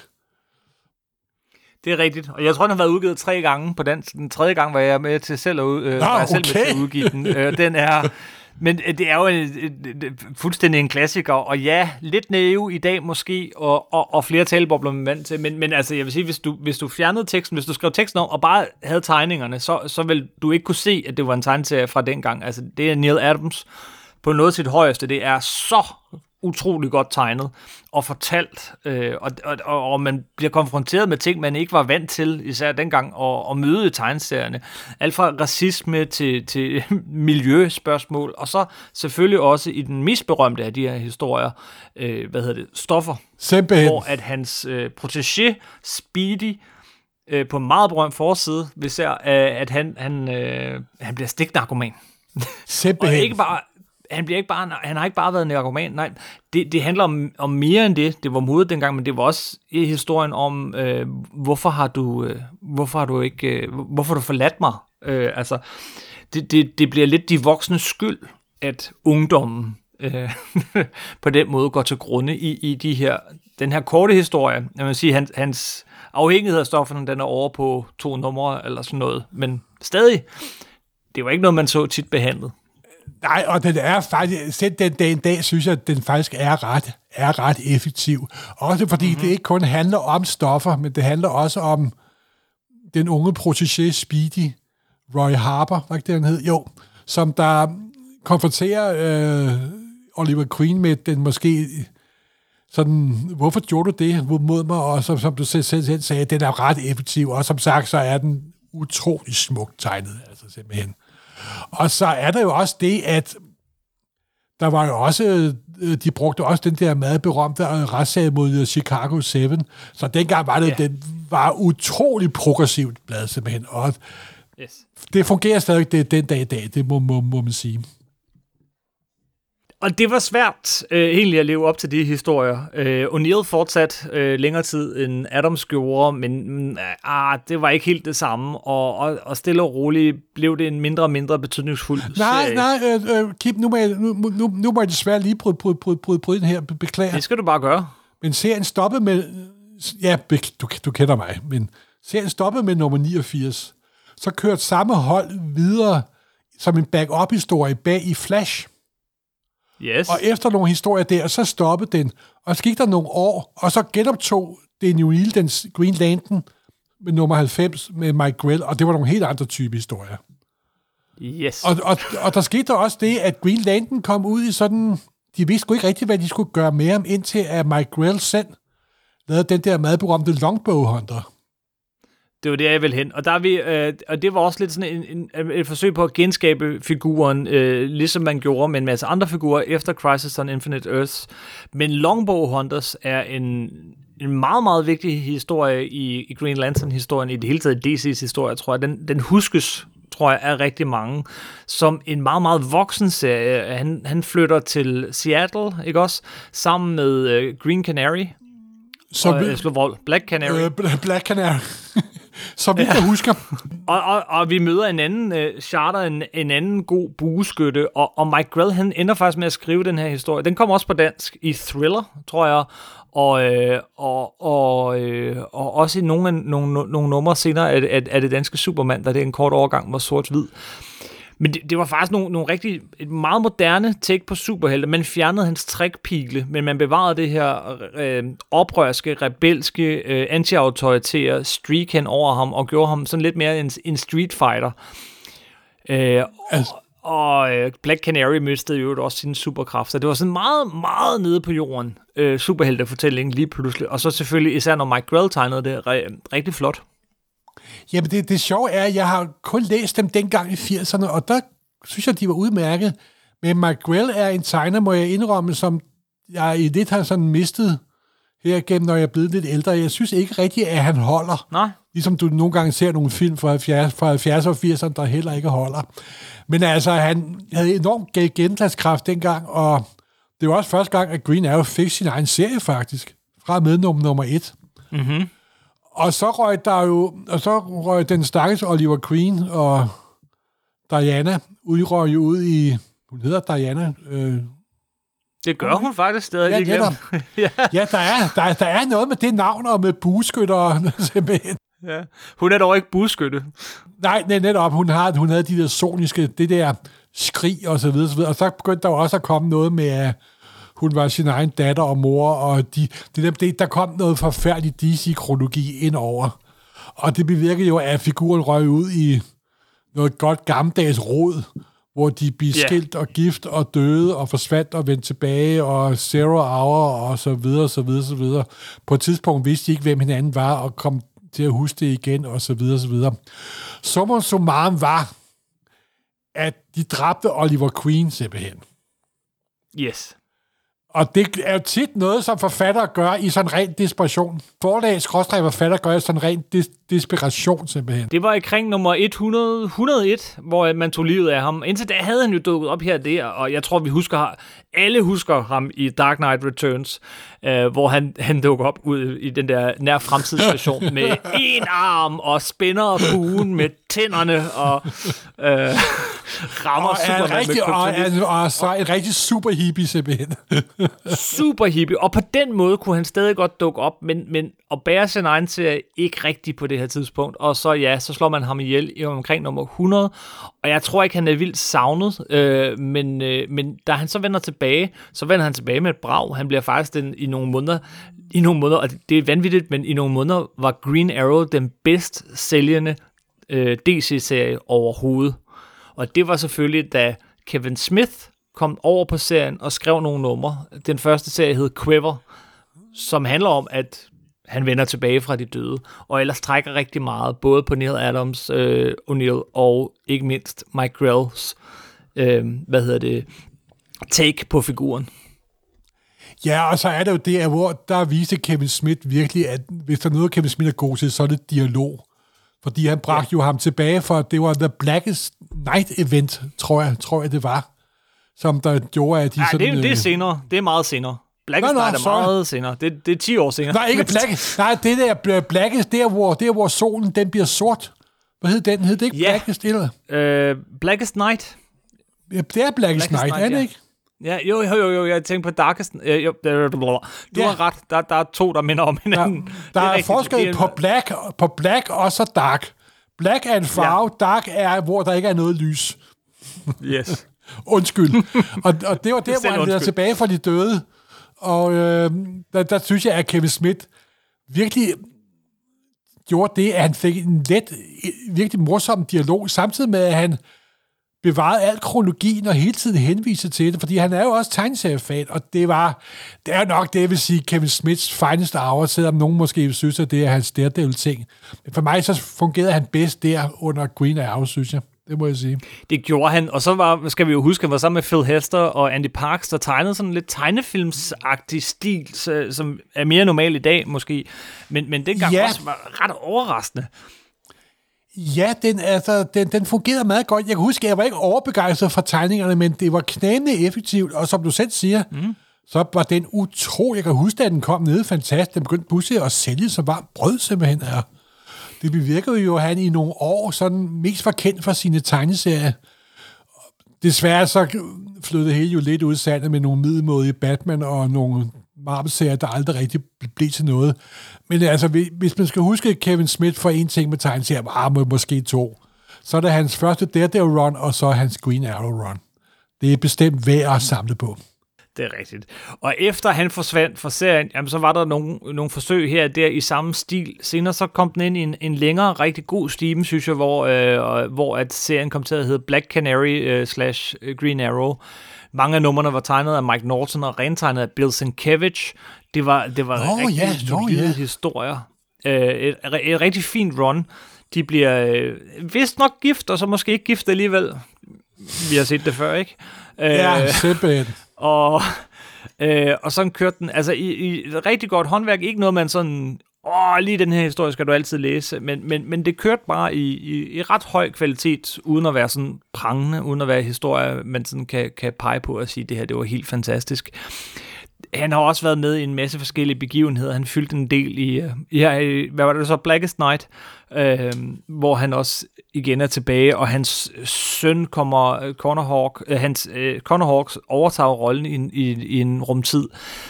Det er rigtigt, og jeg tror, den har været udgivet tre gange på dansk. Den tredje gang var jeg med til selv at, øh, Nå, var jeg selv okay. med til at udgive den. Øh, den er, men det er jo en, en, en, fuldstændig en klassiker, og ja, lidt naiv i dag måske, og, og, og flere talebobler med vand til, men, men altså, jeg vil sige, hvis du, hvis du fjernede teksten, hvis du skrev teksten om, og bare havde tegningerne, så, så vil du ikke kunne se, at det var en tegneserie fra dengang. Altså, det er Neil Adams på noget til det højeste. Det er så utrolig godt tegnet og fortalt, øh, og, og, og man bliver konfronteret med ting, man ikke var vant til, især dengang, og, og møde i tegneserierne. Alt fra racisme til, til miljøspørgsmål, og så selvfølgelig også i den mest berømte af de her historier, øh, hvad hedder det, Stoffer, Simpelthen. Hvor at hans øh, protégé, Speedy, øh, på en meget berømt forside, vi ser, øh, at han, han, øh, han bliver stiknarkoman. Simpelthen. Og ikke bare Han, bliver ikke bare, han har ikke bare været en narkoman, nej. Det, det handler om, om mere end det. Det var modet dengang, men det var også i historien om, øh, hvorfor har du, øh, hvorfor har du ikke, øh, hvorfor har du forladt mig? Øh, altså, det, det, det bliver lidt de voksnes skyld, at ungdommen øh, på den måde går til grunde i, i de her, den her korte historie. Jeg vil sige, hans, hans afhængighed af stofferne, den er over på to numre eller sådan noget, men stadig, det var ikke noget, man så tit behandlet. Nej, og den er faktisk, selv den dag en dag, synes jeg, at den faktisk er ret, er ret effektiv. Også fordi mm-hmm. det ikke kun handler om stoffer, men det handler også om den unge protégé Speedy, Roy Harper, hvad det han hed? Jo, som der konfronterer øh, Oliver Queen med den måske sådan, hvorfor gjorde du det mod mig? Og som, som du selv, selv sagde, den er ret effektiv, og som sagt, så er den utrolig smukt tegnet, altså simpelthen. Og så er der jo også det, at der var jo også, de brugte også den der meget berømte retssag mod Chicago syv, så dengang var det, ja. Den var utrolig progressivt blad simpelthen, og yes. Det fungerer stadig det, den dag i dag, det må, må, må man sige. Og det var svært øh, egentlig at leve op til de historier. Øh, O'Neill fortsat øh, længere tid end Adams gjorde, men øh, ah, det var ikke helt det samme, og, og, og stille og roligt blev det en mindre og mindre betydningsfuld Nej, serie. nej, øh, Kim, nu må, jeg, nu, nu, nu må jeg desværre lige bryde, bryde, bryde, bryde, bryde den her, beklager. Det skal du bare gøre. Men serien stoppede med, ja, du, du kender mig, men serien stoppede med nummer niogfirs. Så kørte samme hold videre som en back-up-historie bag i Flash. Yes. Og efter nogle historier der, så stoppede den. Og så gik der nogle år, og så genoptog det New Zealands Green Lantern med nummer halvfems med Mike Grell, og det var nogle helt andre type historier. Yes. Og, og, og der skete der også det, at Green Lantern kom ud i sådan... De vidste sgu ikke rigtigt, hvad de skulle gøre med ham, indtil at Mike Grell selv lavede den der madberømte Longbow Hunter. Det var der, jeg ville hen. Og, der er vi, øh, og det var også lidt sådan en, en, et forsøg på at genskabe figuren, øh, ligesom man gjorde med en masse andre figurer efter Crisis on Infinite Earths. Men Longbow Hunters er en, en meget, meget vigtig historie i, i Green Lantern-historien, i det hele taget D C's historie, tror jeg. Den, den huskes, tror jeg, af rigtig mange, som en meget, meget voksen serie. Han, han flytter til Seattle, ikke også? Sammen med øh, Green Canary. Så og, øh, slå vold. Black Canary. Øh, Black Canary. Som vi ja. kan huske. Og, og, og vi møder en anden uh, charter, en, en anden god bueskytte, og, og Mike Grell, han ender faktisk med at skrive den her historie. Den kommer også på dansk i Thriller, tror jeg, og, øh, og, og, øh, og også i nogle, nogle, nogle numre senere af, af, af det danske Superman, der det er en kort overgang var sort-hvid. Men det, det var faktisk nogle, nogle rigtig, et meget moderne take på superhelte. Man fjernede hans trækpile, men man bevarede det her øh, oprørske, rebelske, øh, anti-autoritære streak hen over ham, og gjorde ham sådan lidt mere en, en street fighter. Øh, altså. Og, og øh, Black Canary mistede jo også sine superkræfter. Det var sådan meget, meget nede på jorden, øh, superheltefortælling lige pludselig. Og så selvfølgelig, især når Mike Grell tegnede det, re- rigtig flot. Jamen, det, det sjove er, at jeg har kun læst dem dengang i firserne, og der synes jeg, de var udmærket. Men Mike Grell er en tegner, må jeg indrømme, som jeg i lidt har sådan mistet her gennem, når jeg er blevet lidt ældre. Jeg synes ikke rigtigt, at han holder. Nej. Ligesom du nogle gange ser nogle film fra halvfjerds og firserne, der heller ikke holder. Men altså, han havde enormt gennemslagskraft dengang, og det var også første gang, at Green Arrow fik sin egen serie, faktisk. Fra med nummer, nummer et. Mhm. Og så røg der jo, og så røg den stakkels Oliver Queen og Diana udrøg jo ud i, hun hedder Diana. Øh, det gør hun faktisk stadig. Ja, ja, der, ja. ja der, er, der, der er noget med det navn og med bueskytter simpelthen. Ja. Hun er dog ikke bueskytte. Nej, netop. Hun, har, hun havde de der soniske, det der skrig og så videre, så videre. Og så begyndte der også at komme noget med, at hun var sin egen datter og mor, og de, det, det, der kom noget forfærdeligt D C-kronologi ind over. Og det bevirkede jo, at figuren røg ud i noget godt gammeldags rod, hvor de blev yeah. skilt og gift og døde og forsvandt og vendte tilbage og zero hour og så videre, så videre, så videre. På et tidspunkt vidste de ikke, hvem hinanden var og kom til at huske det igen og så videre, så videre. Summa summarum var, at de dræbte Oliver Queen simpelthen. Yes. Og det er jo tit noget, som forfatter gør i sådan ren desperation. Forlag, skråstreg, forfatter gør i sådan ren des- desperation, simpelthen. Det var ikring nummer hundrede, et hundrede og et, hvor man tog livet af ham. Indtil da havde han jo dukket op her og der, og jeg tror, vi husker, alle husker ham i Dark Knight Returns, øh, hvor han, han dukker op ud i den der nær fremtidsversion med en arm og spænder buen med tænderne og øh, rammer og Superman rigtig, med kryptonit. Og, og, og så en rigtig super hippie, simpelthen. Super hippie, og på den måde kunne han stadig godt dukke op, men, men at bære sin egen serie ikke rigtigt på det her tidspunkt, og så ja, så slår man ham ihjel i omkring nummer hundrede, og jeg tror ikke, han er vildt savnet, øh, men, øh, men da han så vender tilbage, så vender han tilbage med et brag. Han bliver faktisk den, i nogle måneder, i nogle måneder, og det er vanvittigt, men i nogle måneder var Green Arrow den bedst sælgende øh, D C-serie overhovedet, og det var selvfølgelig, da Kevin Smith kom over på serien og skrev nogle numre. Den første serie hed Quiver, som handler om, at han vender tilbage fra de døde, og ellers trækker rigtig meget, både på Neil Adams, øh, O'Neill og ikke mindst Mike Grells, øh, hvad hedder det, take på figuren. Ja, og så er det jo det, hvor der viste Kevin Smith virkelig, at hvis der er noget, Kevin Smith er god til, så er det dialog. Fordi han bragte ja. jo ham tilbage for, det var The Blackest Night Event, tror jeg, tror jeg det var. som der gjorde, at de ja, sådan... det, det er øh, senere. Det er meget senere. Blackest Nå, nå, Night er sorry. meget senere. Det, det er ti år senere. Nej, ikke Blackest. Nej, det der Blackest, der hvor, der hvor solen den bliver sort. Hvad hed den? Hed det ikke Ja. Blackest eller? Øh, Blackest Night. Ja, det er Blackest, Blackest Night, Night, er det ja. ikke? Ja, jo, jo, jo, jo, jeg tænkte på Darkest... Øh, jo, du Ja. har ret. Der, der er to, der minder om hinanden. Der Det er, er rigtigt. forskel Det er- på black, på black og så dark. Black er en farve, ja. Dark er, hvor der ikke er noget lys. Yes. Undskyld. og, og det var der, Selv hvor han leder undskyld. tilbage fra de døde. Og øh, der, der synes jeg, at Kevin Smith virkelig gjorde det, at han fik en let, virkelig morsom dialog, samtidig med, at han bevarede al kronologien og hele tiden henviste til det, fordi han er jo også tegneseriefan, og det var, det er nok det, jeg vil sige, Kevin Smiths finest hour, selvom nogen måske synes, at det er hans Daredevil-ting. Men for mig så fungerede han bedst der under Green Arrow, synes jeg. Det må jeg sige. Det gjorde han, og så var, skal vi jo huske, han var sammen med Phil Hester og Andy Parks, der tegnede sådan lidt tegnefilmsagtig stil, så, som er mere normal i dag måske, men, men dengang Ja. også var ret overraskende. Ja, den, altså, den, den fungerede meget godt. Jeg kan huske, at jeg var ikke overbegejstret fra tegningerne, men det var knæende effektivt, og som du selv siger, mm. så var den utrolig. Jeg kan huske, at den kom ned fantastisk. Den begyndte pludselig at sælge så varmt brød simpelthen her. Det bevirkede jo, at han i nogle år sådan mest var kendt for sine tegneserier. Desværre så flød det hele jo lidt ud sandet med nogle middelmådige Batman og nogle Marvel-serier, der aldrig rigtig blev til noget. Men altså, hvis man skal huske Kevin Smith for en ting med tegneserier, var må, måske to. Så er det hans første Daredevil-run, og så hans Green Arrow-run. Det er bestemt værd at samle på. Det er rigtigt. Og efter han forsvandt fra serien, jamen, så var der nogle, nogle forsøg her og der i samme stil. Senere så kom den ind i en, en længere, rigtig god stime, synes jeg, hvor, øh, hvor at serien kom til at hedde Black Canary øh, slash Green Arrow. Mange af numrene var tegnet af Mike Norton og rentegnet af Bill Sienkiewicz. Det var, det var Nå, rigtig ja, solide nå, ja. historier. Øh, et, et, et rigtig fint run. De bliver øh, vist nok gift, og så måske ikke gift alligevel. Vi har set det før, ikke? Øh, Ja, simpelthen. Og, øh, og sådan kørte den, altså i, i rigtig godt håndværk, ikke noget man sådan, åh, lige den her historie skal du altid læse, men, men, men det kørte bare i, i, i ret høj kvalitet, uden at være sådan prangende, uden at være historie, man sådan kan, kan pege på og sige, det her, det var helt fantastisk. Han har også været med i en masse forskellige begivenheder. Han fyldte en del i, ja, i hvad var det så, Blackest Night, øh, hvor han også igen er tilbage, og hans søn kommer, Connor Hawk, øh, hans, øh, Connor Hawks overtager rollen i, i, i en rumtid.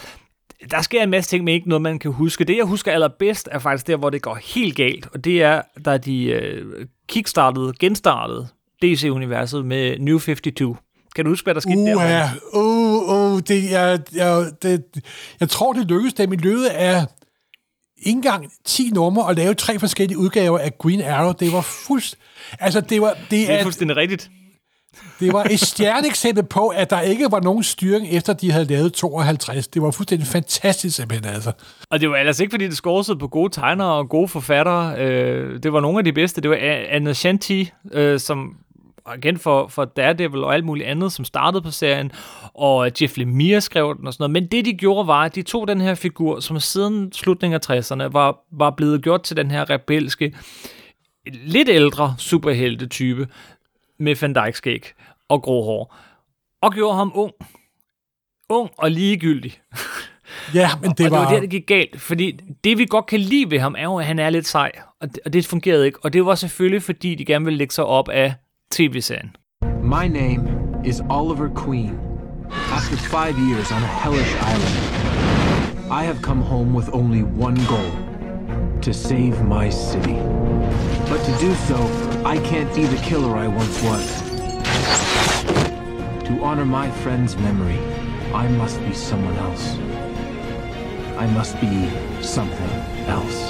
Der sker en masse ting, men ikke noget, man kan huske. Det, jeg husker allerbedst, er faktisk der, hvor det går helt galt, og det er, da de øh, kickstartede, genstartede D C-universet med New femoghalvtreds. Kan du huske, hvad der skete Uh, der? ja. Uh, uh, det, jeg, jeg, det, jeg tror, det lykkedes dem i løbet af ikke engang ti numre at lave tre forskellige udgaver af Green Arrow. Det var fuldst... Altså, det var... Det, Det er er, fuldstændig rigtigt. det var et stjerneeksempel på, at der ikke var nogen styring, efter de havde lavet tooghalvtreds. Det var fuldstændig fantastisk, simpelthen, altså. Og det var ellers ikke, fordi det scorsede på gode tegnere og gode forfattere. Øh, det var nogle af de bedste. Det var Anna Shanti, øh, som igen for, for Daredevil og alt muligt andet, som startede på serien, og Jeff Lemire skrev den og sådan noget. Men det, de gjorde, var, at de tog den her figur, som siden slutningen af tresserne var, var blevet gjort til den her rebelske, lidt ældre superhelte-type med Van Dyke-skæg og grå hår, og gjorde ham ung. Ung og ligegyldig. Ja, men det og var... det var der, det gik galt, fordi det, vi godt kan lide ved ham, er jo, at han er lidt sej, og det, og det fungerede ikke. Og det var selvfølgelig, fordi de gerne ville lægge sig op af tv-serien. My name is Oliver Queen. After five years on a hellish island, I have come home with only one goal: to save my city. But to do so, I can't be the killer I once was. To honor my friend's memory, I must be someone else. I must be something else.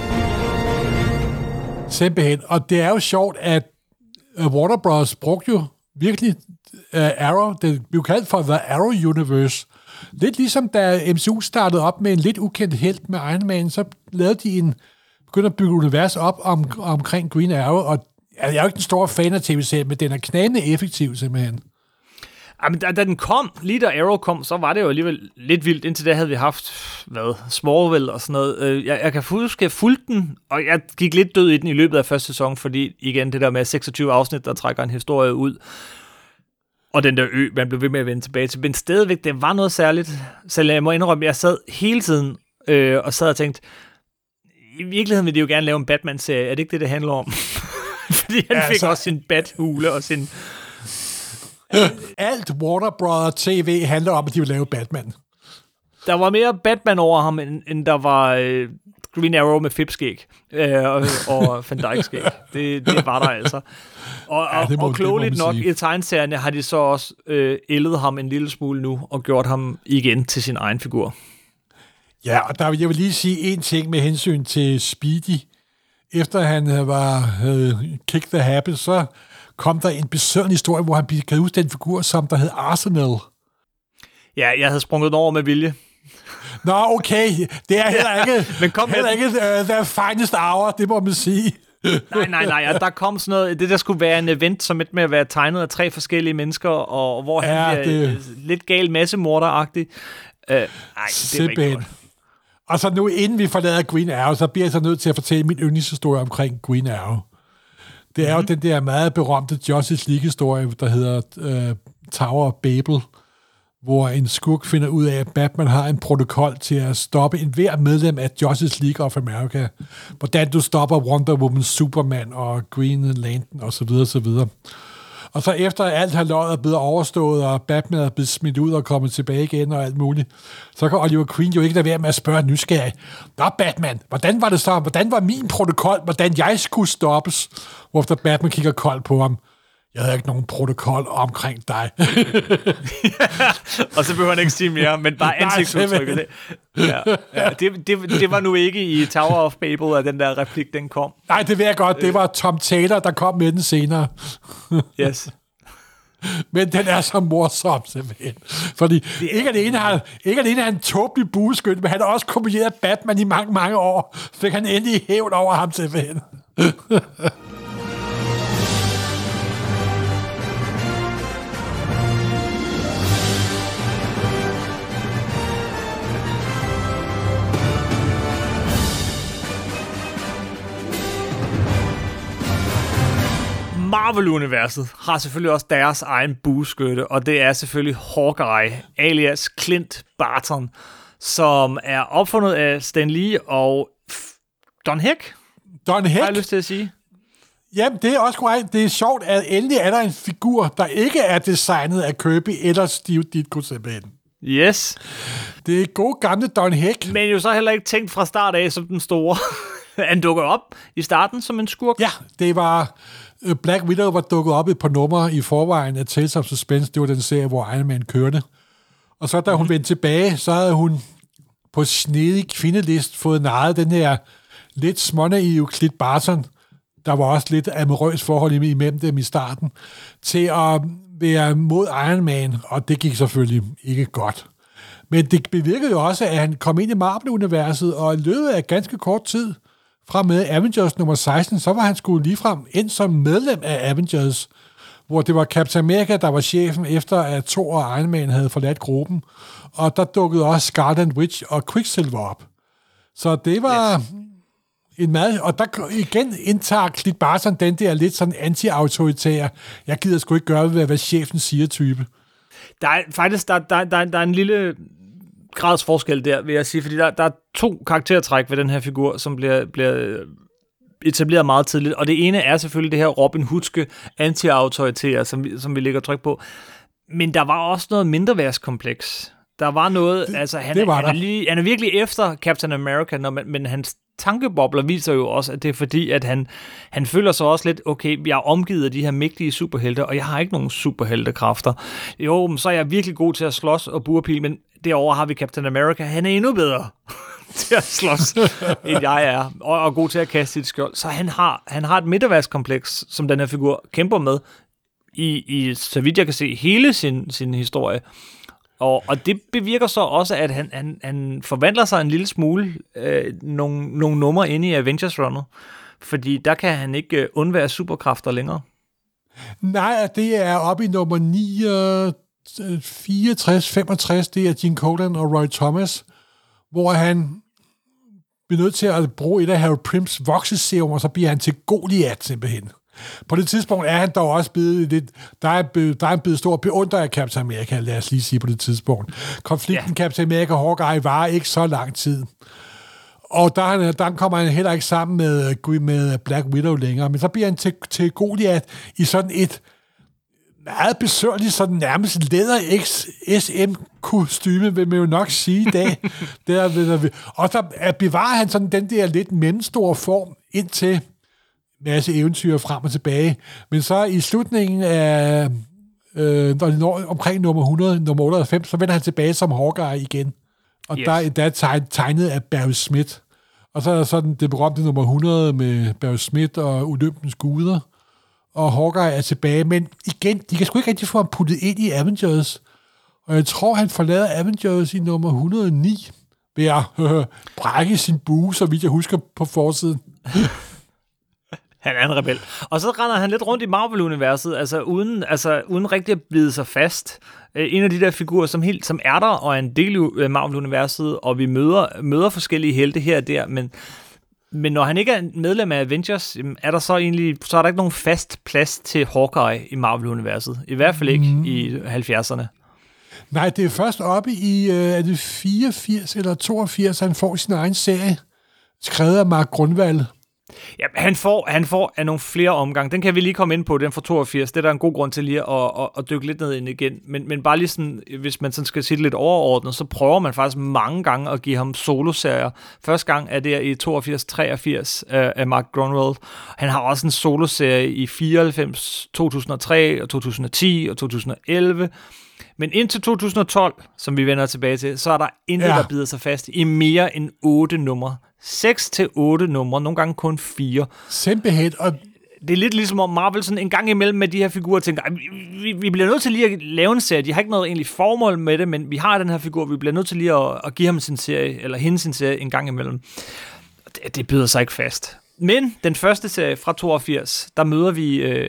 Simpelthen. Og det er jo sjovt, at Warner Bros. Brugte jo virkelig uh, Arrow. Det blev kaldt for The Arrow Universe. Lidt ligesom da M C U startede op med en lidt ukendt helt med Iron Man, så lavede de en, begyndte at bygge univers op om, omkring Green Arrow, og jeg er jo ikke den store fan af tv-serien, men den er knaldende effektiv simpelthen. Jamen, da, da den kom, lige da Arrow kom, så var det jo alligevel lidt vildt. Indtil da havde vi haft, hvad, Smallville og sådan noget. Jeg, jeg kan huske, at jeg fulgte den, og jeg gik lidt død i den i løbet af første sæson, fordi igen, det der med seksogtyve afsnit, der trækker en historie ud. og den der ø, man blev ved med at vende tilbage til. Men stadigvæk, det var noget særligt. Så jeg må indrømme, at jeg sad hele tiden øh, og sad og tænkte, i virkeligheden vil de jo gerne lave en Batman-serie. Er det ikke det, det handler om? Fordi han fik altså også sin Bat-hule og sin... Alt Warner Brothers T V handler om, at de vil lave Batman. Der var mere Batman over ham, end, end der var øh, Green Arrow med fipskæg øh, og, og Van Dyke-skæg. Det, det var der altså. Og, ja, må, og klogeligt nok sige. I tegneserierne har de så også øh, ældet ham en lille smule nu og gjort ham igen til sin egen figur. Ja, og der vil jeg vil lige sige en ting med hensyn til Speedy. Efter han var havde kicked the habit, så kom der en besøgende historie, hvor han blev ud den figur, som der hed Arsenal. Ja, jeg havde sprunget over med vilje. Nå, okay. Det er heller ikke, ja, men kom heller ikke uh, the finest hour, det må man sige. nej, nej, nej. Ja, der kom sådan noget, det der skulle være en event, som et med at være tegnet af tre forskellige mennesker, og hvor ja, han bliver det... lidt gal massemorder-agtig. Uh, nej, det er ikke godt. Og så nu, inden vi forlader Green Arrow, så bliver jeg så nødt til at fortælle min yndlingshistorie omkring Green Arrow. Det er mm-hmm. jo den der meget berømte Justice League-historie, der hedder uh, Tower of Babel, hvor en skurk finder ud af, at Batman har en protokol til at stoppe enhver medlem af Justice League of America. Hvordan du stopper Wonder Woman, Superman og Green Lantern osv. osv. Og så efter alt halvøjet er blevet overstået, og Batman er blevet smidt ud og kommet tilbage igen og alt muligt, så kan Oliver Queen jo ikke lade være med at spørge nysgerrig. Nå, Batman, hvordan var det så? Hvordan var min protokol? Hvordan jeg skulle stoppes? Hvorfor Batman kigger koldt på ham. Jeg havde ikke nogen protokol omkring dig. Og så behøver han ikke sige mere, men bare ansigtsudtrykket. Ja, ja, det, det, det var nu ikke i Tower of Babel, at den der replik, den kom. Nej, det ved jeg godt. Det var Tom Taylor, der kom med den senere. Yes. Men den er så morsom, simpelthen. Fordi det ikke er det ene, han, ikke er det ene, han en tåbelig bueskyld, men han har også kombineret Batman i mange, mange år. Fik han endelig hævn over ham, simpelthen. Marvel-universet har selvfølgelig også deres egen bueskytte, og det er selvfølgelig Hawkeye, alias Clint Barton, som er opfundet af Stan Lee og Don Heck. Don Heck? Har jeg lyst til at sige. Jamen, det er også korrekt. Det er sjovt, at endelig er der en figur, der ikke er designet af Kirby eller Steve Ditko simpelthen. Yes. Det er god gamle Don Heck. Men jo så heller ikke tænkt fra start af som den store. Han dukker op i starten som en skurk. Ja, det var... Black Widow var dukket op et par numre i forvejen af Tales of Suspense. Det var den serie, hvor Iron Man kørte. Og så da hun vendte tilbage, så havde hun på snedig kvindelist fået narret den her lidt smånaive Clint Barton, der var også lidt amorøs forhold imellem dem i starten, til at være mod Iron Man, og det gik selvfølgelig ikke godt. Men det bevirkede jo også, at han kom ind i Marvel-universet, og i løbet af ganske kort tid, fra med Avengers nummer seksten, så var han sgu ligefrem ind som medlem af Avengers, hvor det var Captain America, der var chefen, efter at Thor og Iron Man havde forladt gruppen. Og der dukkede også Scarlet Witch og Quicksilver op. Så det var yes. en meget... Og der igen indtager Clint Barton den der lidt sådan anti-autoritære, jeg gider sgu ikke gøre, hvad, hvad chefen siger type. Der er faktisk der, der, der, der er en lille... gradsforskel der, vil jeg sige, fordi der, der er to karaktertræk ved den her figur, som bliver, bliver etableret meget tidligt, og det ene er selvfølgelig det her Robin Hoodske anti-autoritære, som, som vi lægger tryk på, men der var også noget mindreværdskompleks. Der var noget, det, altså han, var han, er lige, han er virkelig efter Captain America, når man, men hans tankebobler viser jo også, at det er fordi, at han, han føler sig også lidt, okay, jeg er omgivet af de her mægtige superhelte, og jeg har ikke nogen superheltekræfter. Jo, så er jeg virkelig god til at slås og burpil, men derovre har vi Captain America. Han er endnu bedre til at slås, end jeg er, og, og god til at kaste sit skjold. Så han har, han har et midterværskompleks, som den her figur kæmper med, i, i så vidt jeg kan se, hele sin, sin historie. Og, og det bevirker så også, at han, han, han forvandler sig en lille smule øh, nogle, nogle numre inde i Avengers-runnet. Fordi der kan han ikke øh, undvære superkræfter længere. Nej, det er oppe i nummer ni, fireogtres femogtres, det er Gene Colan og Roy Thomas, hvor han bliver nødt til at bruge et af Harold Prims vokseserum, og så bliver han til Goliath simpelthen. På det tidspunkt er han dog også blevet lidt... Der er, blevet, der er en blevet stor beundrer af Captain America, lad os lige sige på det tidspunkt. Konflikten ja. Captain America og Hawkeye var ikke så lang tid. Og der, der kommer han heller ikke sammen med, med Black Widow længere. Men så bliver han til, til Goliath i sådan et meget besørgeligt, sådan nærmest læder S M-kostyme, vil man jo nok sige i dag. der, og så bevarer han sådan den der lidt mellemstore form indtil masse eventyr frem og tilbage. Men så i slutningen af øh, når de når omkring nummer hundrede, nummer otteoghalvfems, så vender han tilbage som Hawkeye igen. Og yes. der, der er tegnet af Barry Smith. Og så er der sådan det berømte nummer hundrede med Barry Smith og Olympens guder. Og Hawkeye er tilbage. Men igen, de kan sgu ikke rigtig få ham puttet ind i Avengers. Og jeg tror, han forlader Avengers i nummer et hundrede og ni ved at øh, brække sin bue, så vidt jeg husker på forsiden. Han er en rebel. Og så render han lidt rundt i Marvel-universet, altså uden, altså uden rigtig at bide sig fast. En af de der figurer, som, helt, som er der og er en del af Marvel-universet, og vi møder, møder forskellige helte her og der, men, men når han ikke er medlem af Avengers, er der så egentlig, så er der ikke nogen fast plads til Hawkeye i Marvel-universet. I hvert fald ikke mm. i halvfjerdserne. Nej, det er først oppe i, er det fireogfirs eller toogfirs, han får sin egen serie, skrevet af Mark Grunwald. Ja, han får, han får af nogle flere omgange. Den kan vi lige komme ind på, den fra toogfirs. Det er der en god grund til lige at, at, at dykke lidt ned ind igen. Men, men bare lige sådan, hvis man sådan skal sige det lidt overordnet, så prøver man faktisk mange gange at give ham soloserier. Første gang er det i toogfirs treogfirs af, af Mark Grunwald. Han har også en soloserie i fireoghalvfems, to tusind og tre og to tusind og ti og to tusind og elleve. Men indtil to tusind og tolv, som vi vender tilbage til, så er der intet, ja. der bider sig fast i mere end otte numre. seks til otte numre, nogle gange kun fire. Simpelthen. Og det er lidt ligesom om Marvel sådan en gang imellem med de her figurer tænker, vi, vi bliver nødt til lige at lave en serie. De har ikke noget egentlig formål med det, men vi har den her figur, vi bliver nødt til lige at, at give ham sin serie, eller hende sin serie en gang imellem. Det, det bider sig ikke fast. Men den første serie fra toogfirs, der møder vi øh,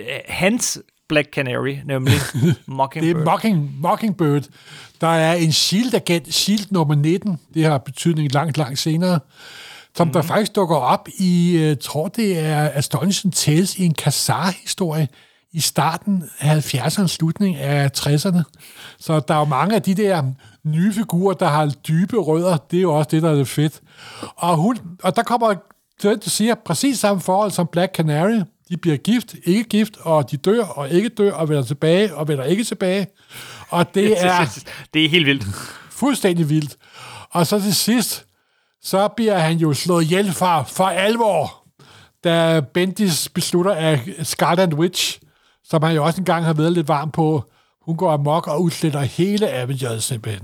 hans Black Canary, nemlig Mockingbird. Det er Mocking, Mockingbird. Der er en SHIELD-agent, SHIELD nummer nitten, det har betydning langt, langt senere, som mm-hmm. der faktisk dukker op i, jeg tror det er Astonishing Tales i en Khazar-historie i starten af halvfjerdserne, slutning af tresserne. Så der er jo mange af de der nye figurer, der har dybe rødder, det er jo også det, der er det fedt. Og, hun, og der kommer til at sige præcis samme forhold som Black Canary. De bliver gift, ikke gift, og de dør og ikke dør, og vender tilbage og vender ikke tilbage. Og det er... det er helt vildt. Fuldstændig vildt. Og så til sidst, så bliver han jo slået ihjel for, for alvor, da Bendis beslutter, at Scarlet Witch, som han jo også engang har været lidt varm på, hun går amok og udsletter hele Avengers simpelthen.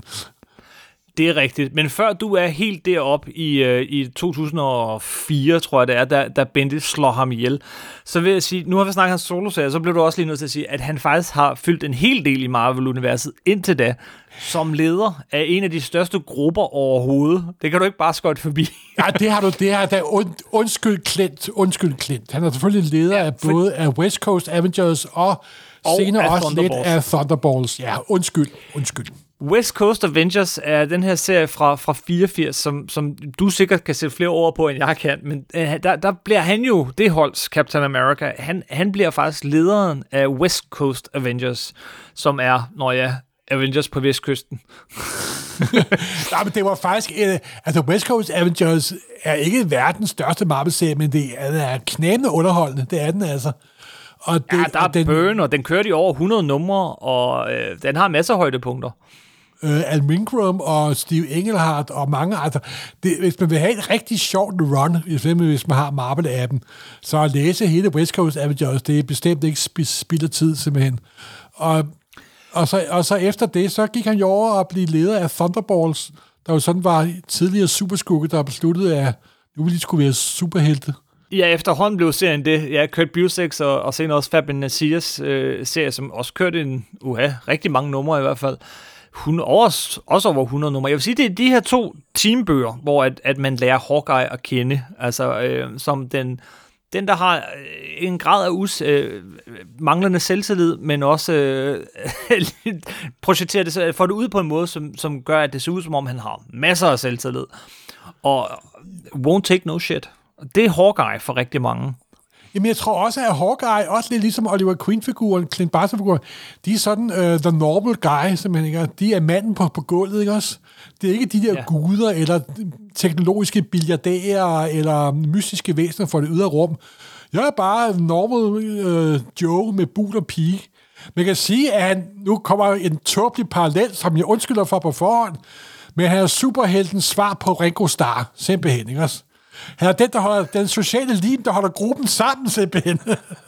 Det er rigtigt, men før du er helt deroppe i, øh, i to tusind og fire, tror jeg det er, da, da Bendis slår ham ihjel, så vil jeg sige, nu har vi snakket hans soloserie, så bliver du også lige nødt til at sige, at han faktisk har fyldt en hel del i Marvel-universet indtil da, som leder af en af de største grupper overhovedet. Det kan du ikke bare skøjte forbi. Ja, det har du, det har da und, undskyld Clint, undskyld Clint. Han er selvfølgelig leder ja, for... af både af West Coast Avengers og, og senere også lidt af Thunderbolts. Ja, undskyld, undskyld. West Coast Avengers er den her serie fra, fra fireogfirs, som, som du sikkert kan sætte flere ord på, end jeg kan, men øh, der, der bliver han jo, det holds Captain America, han, han bliver faktisk lederen af West Coast Avengers, som er, når ja, Avengers på Vestkysten. Nej, men det var faktisk, øh, altså West Coast Avengers er ikke verdens største Marvel-serie, men det er, er knæmende underholdende, det er den altså. Og det, ja, der er den, burn, og den kørte i over hundrede numre, og øh, den har masser af højdepunkter. Øh, Al Milgrom og Steve Englehart og mange andre. Det, hvis man vil have et rigtig sjovt run, hvis man har Marvel-appen, så at læse hele West Coast Avengers, det er bestemt ikke spilder tid simpelthen. Og, og, så, og så efter det, så gik han jo over og blev leder af Thunderbolts, der jo sådan var tidligere superskugge, der besluttede, at nu ville de skulle være superhelte. Ja, efterhånden blev serien det. Ja, Kurt Busiek og, og senere også Fabian Nacirs øh, serie, som også kørte en, uha, rigtig mange numre i hvert fald. Hun, også, også over hundrede numre. Jeg vil sige, det er de her to teambøger, hvor at, at man lærer Hawkeye at kende. Altså, øh, som den, den, der har en grad af us, øh, manglende selvtillid, men også øh, projekterer det, får det ud på en måde, som, som gør, at det ser ud, som om han har masser af selvtillid. Og won't take no shit. Det er Hawkeye for rigtig mange. Jamen, jeg tror også, at Hawkeye, også lidt ligesom Oliver Queen-figuren, Clint Barton-figuren, de er sådan uh, the normal guy, simpelthen, ikke? De er manden på, på gulvet, ikke også? Det er ikke de der ja. guder, eller teknologiske billiardærer, eller mystiske væsener for det ydre rum. Jeg er bare normal uh, Joe med bud og pige. Man kan sige, at han, nu kommer en tåbelig parallel, som jeg undskylder for på forhånd, men han er superheltens svar på Ringo Starr, simpelthen, ikke også? Han er den, der holder, den sociale lim, der holder gruppen sammen, simpelthen.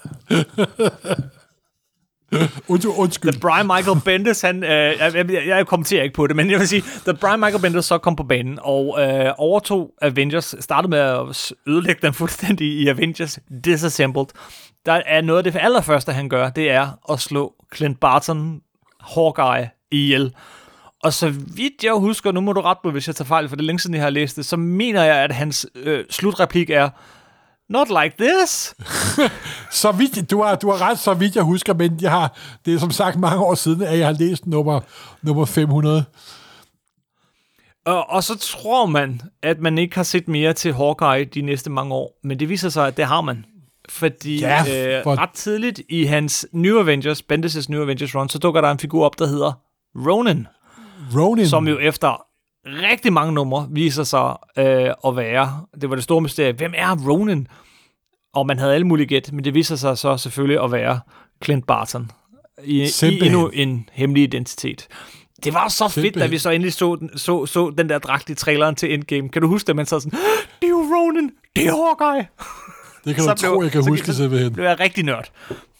Undskyld. Da Brian Michael Bendis, han, øh, jeg, jeg, jeg kommenterer ikke på det, men jeg vil sige, da Brian Michael Bendis så kom på banen og øh, overtog Avengers, startede med at ødelægge den fuldstændig i Avengers Disassembled, der er noget af det allerførste, han gør, det er at slå Clint Barton, Hawkeye, ihjel. Og så vidt jeg husker, nu må du rette mig, hvis jeg tager fejl, for det er længe siden, jeg har læst det, så mener jeg, at hans øh, slutreplik er, not like this. Så vidt, du har, du har ret, så vidt jeg husker, men jeg har, det er som sagt mange år siden, at jeg har læst nummer, nummer fem hundrede. Og, og så tror man, at man ikke har set mere til Hawkeye de næste mange år, men det viser sig, at det har man. Fordi ja, øh, for... ret tidligt i hans New Avengers, Bendis' New Avengers run, så dukker der en figur op, der hedder Ronin. Ronin. Som jo efter rigtig mange numre viser sig øh, at være, det var det store mysterie, hvem er Ronin? Og man havde alle mulige gæt, men det viser sig så selvfølgelig at være Clint Barton. I, i endnu en hemmelig identitet. Det var så fedt, da vi så endelig så den, så, så den der dragt i traileren til Endgame. Kan du huske det, man så sådan, det er jo Ronin, det er Hawkeye. Det kan du tro, blev, jeg kan huske det simpelthen. Det er rigtig nørd.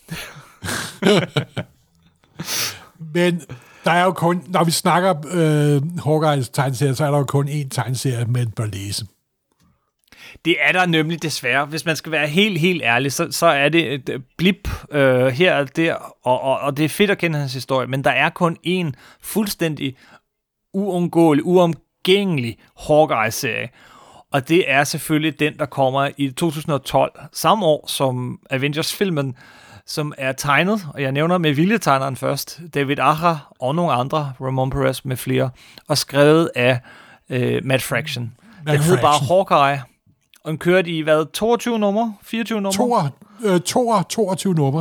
Men der er jo kun, når vi snakker øh, Hawkeyes tegneserie, så er der jo kun én tegneserie, man bør læse. Det er der nemlig desværre. Hvis man skal være helt, helt ærlig, så, så er det et blip øh, her og der, og, og, og det er fedt at kende hans historie, men der er kun én fuldstændig uundgåelig, uomgængelig Hawkeye-serie, og det er selvfølgelig den, der kommer i to tusind og tolv, samme år som Avengers-filmen, som er tegnet, og jeg nævner med viljetegneren først, David Aja og nogle andre, Ramon Perez med flere, og skrevet af øh, Matt Fraction. Den hed bare Hawkeye, og den kørte i, hvad, toogtyve numre? fireogtyve numre? toogtyve numre.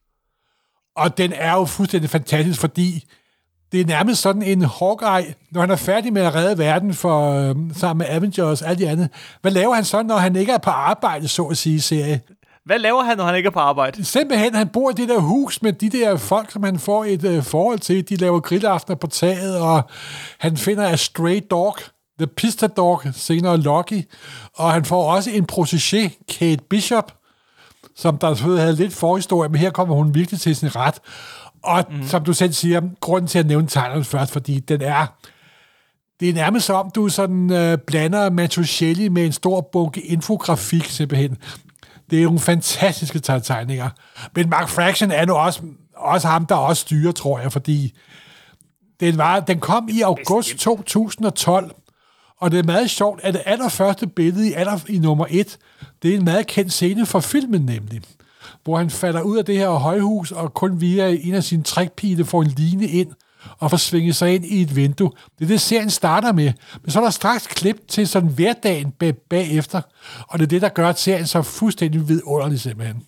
Og den er jo fuldstændig fantastisk, fordi det er nærmest sådan en Hawkeye, når han er færdig med at redde verden for, øh, sammen med Avengers og alt det andet. Hvad laver han så, når han ikke er på arbejde, så at sige, serie? Hvad laver han, når han ikke er på arbejde? Simpelthen, han bor i det der hus med de der folk, som han får et øh, forhold til. De laver grillaftener på taget, og han finder a stray dog, The Pista Dog, senere Lucky, og han får også en protégé, Kate Bishop, som der selvfølgelig havde lidt forhistorie, men her kommer hun virkelig til sin ret. Og mm. som du selv siger, grunden til at nævne tegneren først, fordi den er, det er nærmest som, du sådan øh, blander Mantucelli med en stor bunke infografik, simpelthen. Det er nogle fantastiske tegninger. Men Mark Fraction er nu også, også ham, der også styrer, tror jeg, fordi den, var, den kom i august to tusind og tolv, og det er meget sjovt, at det allerførste billede i, aller, i nummer et, det er en meget kendt scene fra filmen nemlig, hvor han falder ud af det her højhus, og kun via en af sine trækpile får en line ind, og får svinget sig ind i et vindue. Det er det, serien starter med. Men så er der straks klip til sådan hverdagen bag, bagefter, og det er det, der gør, at serien så fuldstændig vidunderlig simpelthen.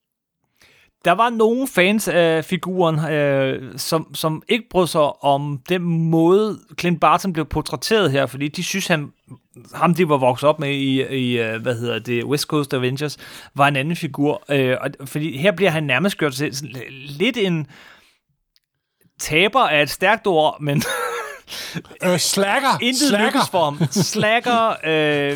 Der var nogle fans af figuren, øh, som, som ikke brød sig om den måde, Clint Barton blev portrætteret her, fordi de synes, han, ham de var vokset op med i, i hvad hedder det, West Coast Avengers, var en anden figur. Øh, og, fordi her bliver han nærmest gjort til lidt en taber af et stærkt ord, men øh, slacker. Intet slacker. lykkes for ham. Slacker. Øh,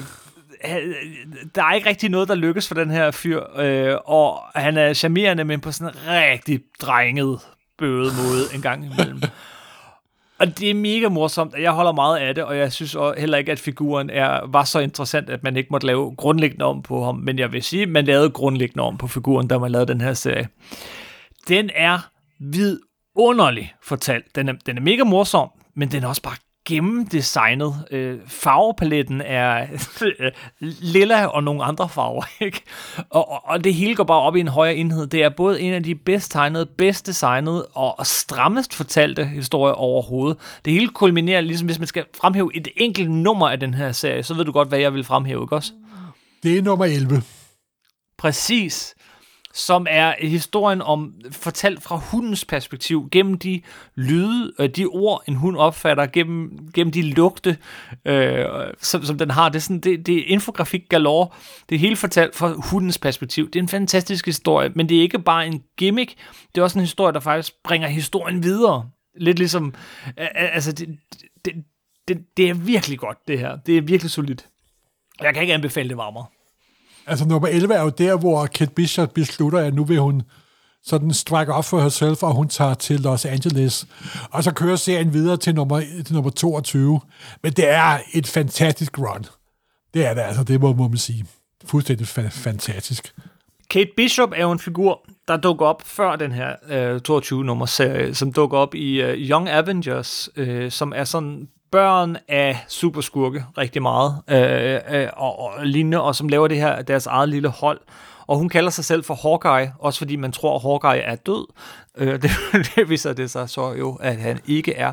der er ikke rigtig noget, der lykkes for den her fyr, øh, og han er charmerende, men på sådan en rigtig drenget, bøvet måde en gang imellem. Og det er mega morsomt, og jeg holder meget af det, og jeg synes heller ikke, at figuren er, var så interessant, at man ikke måtte lave grundlæggende om på ham, men jeg vil sige, at man lavede grundlæggende om på figuren, da man lavede den her serie. Den er vidunderlig fortalt. Den er, den er mega morsom, men den er også bare gennemdesignet. Øh, farvepaletten er lilla og nogle andre farver, ikke? Og, og, og det hele går bare op i en højere enhed. Det er både en af de bedst tegnede, bedst designede og strammest fortalte historier overhovedet. Det hele kulminerer, ligesom hvis man skal fremhæve et enkelt nummer af den her serie, så ved du godt, hvad jeg vil fremhæve, ikke også? Det er nummer elleve. Præcis. som er historien om, fortalt fra hundens perspektiv, gennem de lyde, øh, de ord, en hund opfatter, gennem, gennem de lugte, øh, som, som den har. Det er, sådan, det, det er infografik galore. Det er helt fortalt fra hundens perspektiv. Det er en fantastisk historie, men det er ikke bare en gimmick. Det er også en historie, der faktisk bringer historien videre. Lidt ligesom, øh, altså, det, det, det, det er virkelig godt, det her. Det er virkelig solidt. Jeg kan ikke anbefale det varmere. Altså nummer elleve er jo der, hvor Kate Bishop beslutter, at nu vil hun sådan strike op for herself, og hun tager til Los Angeles. Og så kører serien videre til nummer, til nummer toogtyve. Men det er et fantastisk run. Det er det altså, det må, må man sige. Fuldstændig fa- fantastisk. Kate Bishop er jo en figur, der dukker op før den her øh, toogtyve-nummer serie, som dukker op i øh, Young Avengers, øh, som er sådan børn af superskurke rigtig meget, øh, øh, og, og lignende, og som laver det her deres eget lille hold. Og hun kalder sig selv for Hawkeye, også fordi man tror, at Hawkeye er død. Øh, det, det viser det sig så jo, at han ikke er.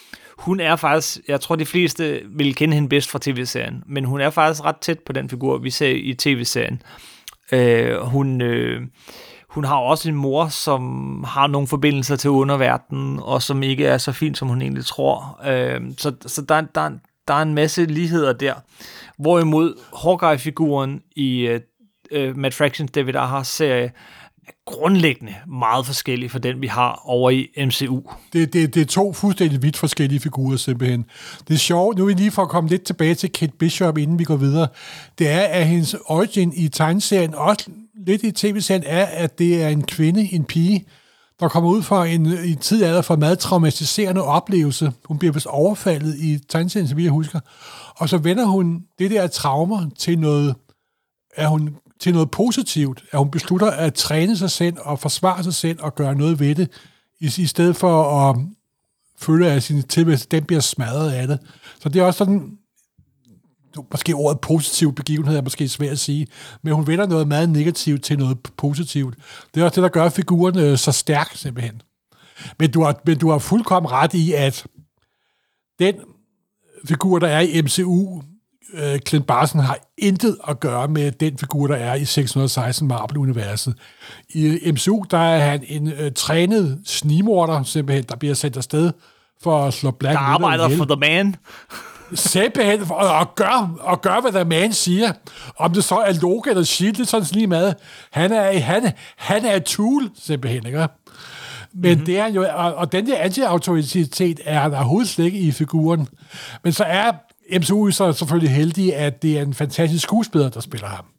Hun er faktisk, jeg tror de fleste vil kende hende bedst fra tv-serien, men hun er faktisk ret tæt på den figur, vi ser i tv-serien. Øh, hun... Øh, Hun har også en mor, som har nogle forbindelser til underverdenen, og som ikke er så fin, som hun egentlig tror. Øh, så så der, der, der er en masse ligheder der. Hvorimod Hawkeye-figuren i uh, Matt Fractions David Aja-serie er grundlæggende meget forskellig fra den, vi har over i M C U. Det, det, det er to fuldstændig vidt forskellige figurer, simpelthen. Det er sjovt, nu er vi lige for at komme lidt tilbage til Kate Bishop, inden vi går videre. Det er, at hendes origin i tegneserien, også lidt i tv-serien, er, at det er en kvinde, en pige, der kommer ud fra en, i tid alder for meget traumatiserende oplevelse. Hun bliver vist overfaldet i tegneserien, som jeg husker. Og så vender hun det der traumer til noget, er hun til noget positivt, at hun beslutter at træne sig selv og forsvare sig selv og gøre noget ved det, i, i stedet for at føle, at sin tilværelse, den bliver smadret af det. Så det er også sådan, måske ordet positiv begivenhed er måske svært at sige, men hun vender noget meget negativt til noget positivt. Det er også det, der gør figuren øh, så stærk, simpelthen. Men du, har, men du har fuldkommen ret i, at den figur, der er i M C U, øh, Clint Barton, har intet at gøre med den figur, der er i seks hundrede og seksten Marvel-universet. I M C U, der er han en øh, trænet snigmorder, simpelthen, der bliver sendt afsted for at slå Black Widow ihjel. Der arbejder for The Man. Simpelthen, og gør, og gør, hvad der man siger. Om det så er Logan eller Shield, det er sådan lige meget. Han er, han, han er et tool, simpelthen, ikke? Men mm-hmm. det er jo, og, og den der anti-autoritet er der overhovedet slet ikke i figuren. Men så er M C U så selvfølgelig heldig, at det er en fantastisk skuespiller, der spiller ham.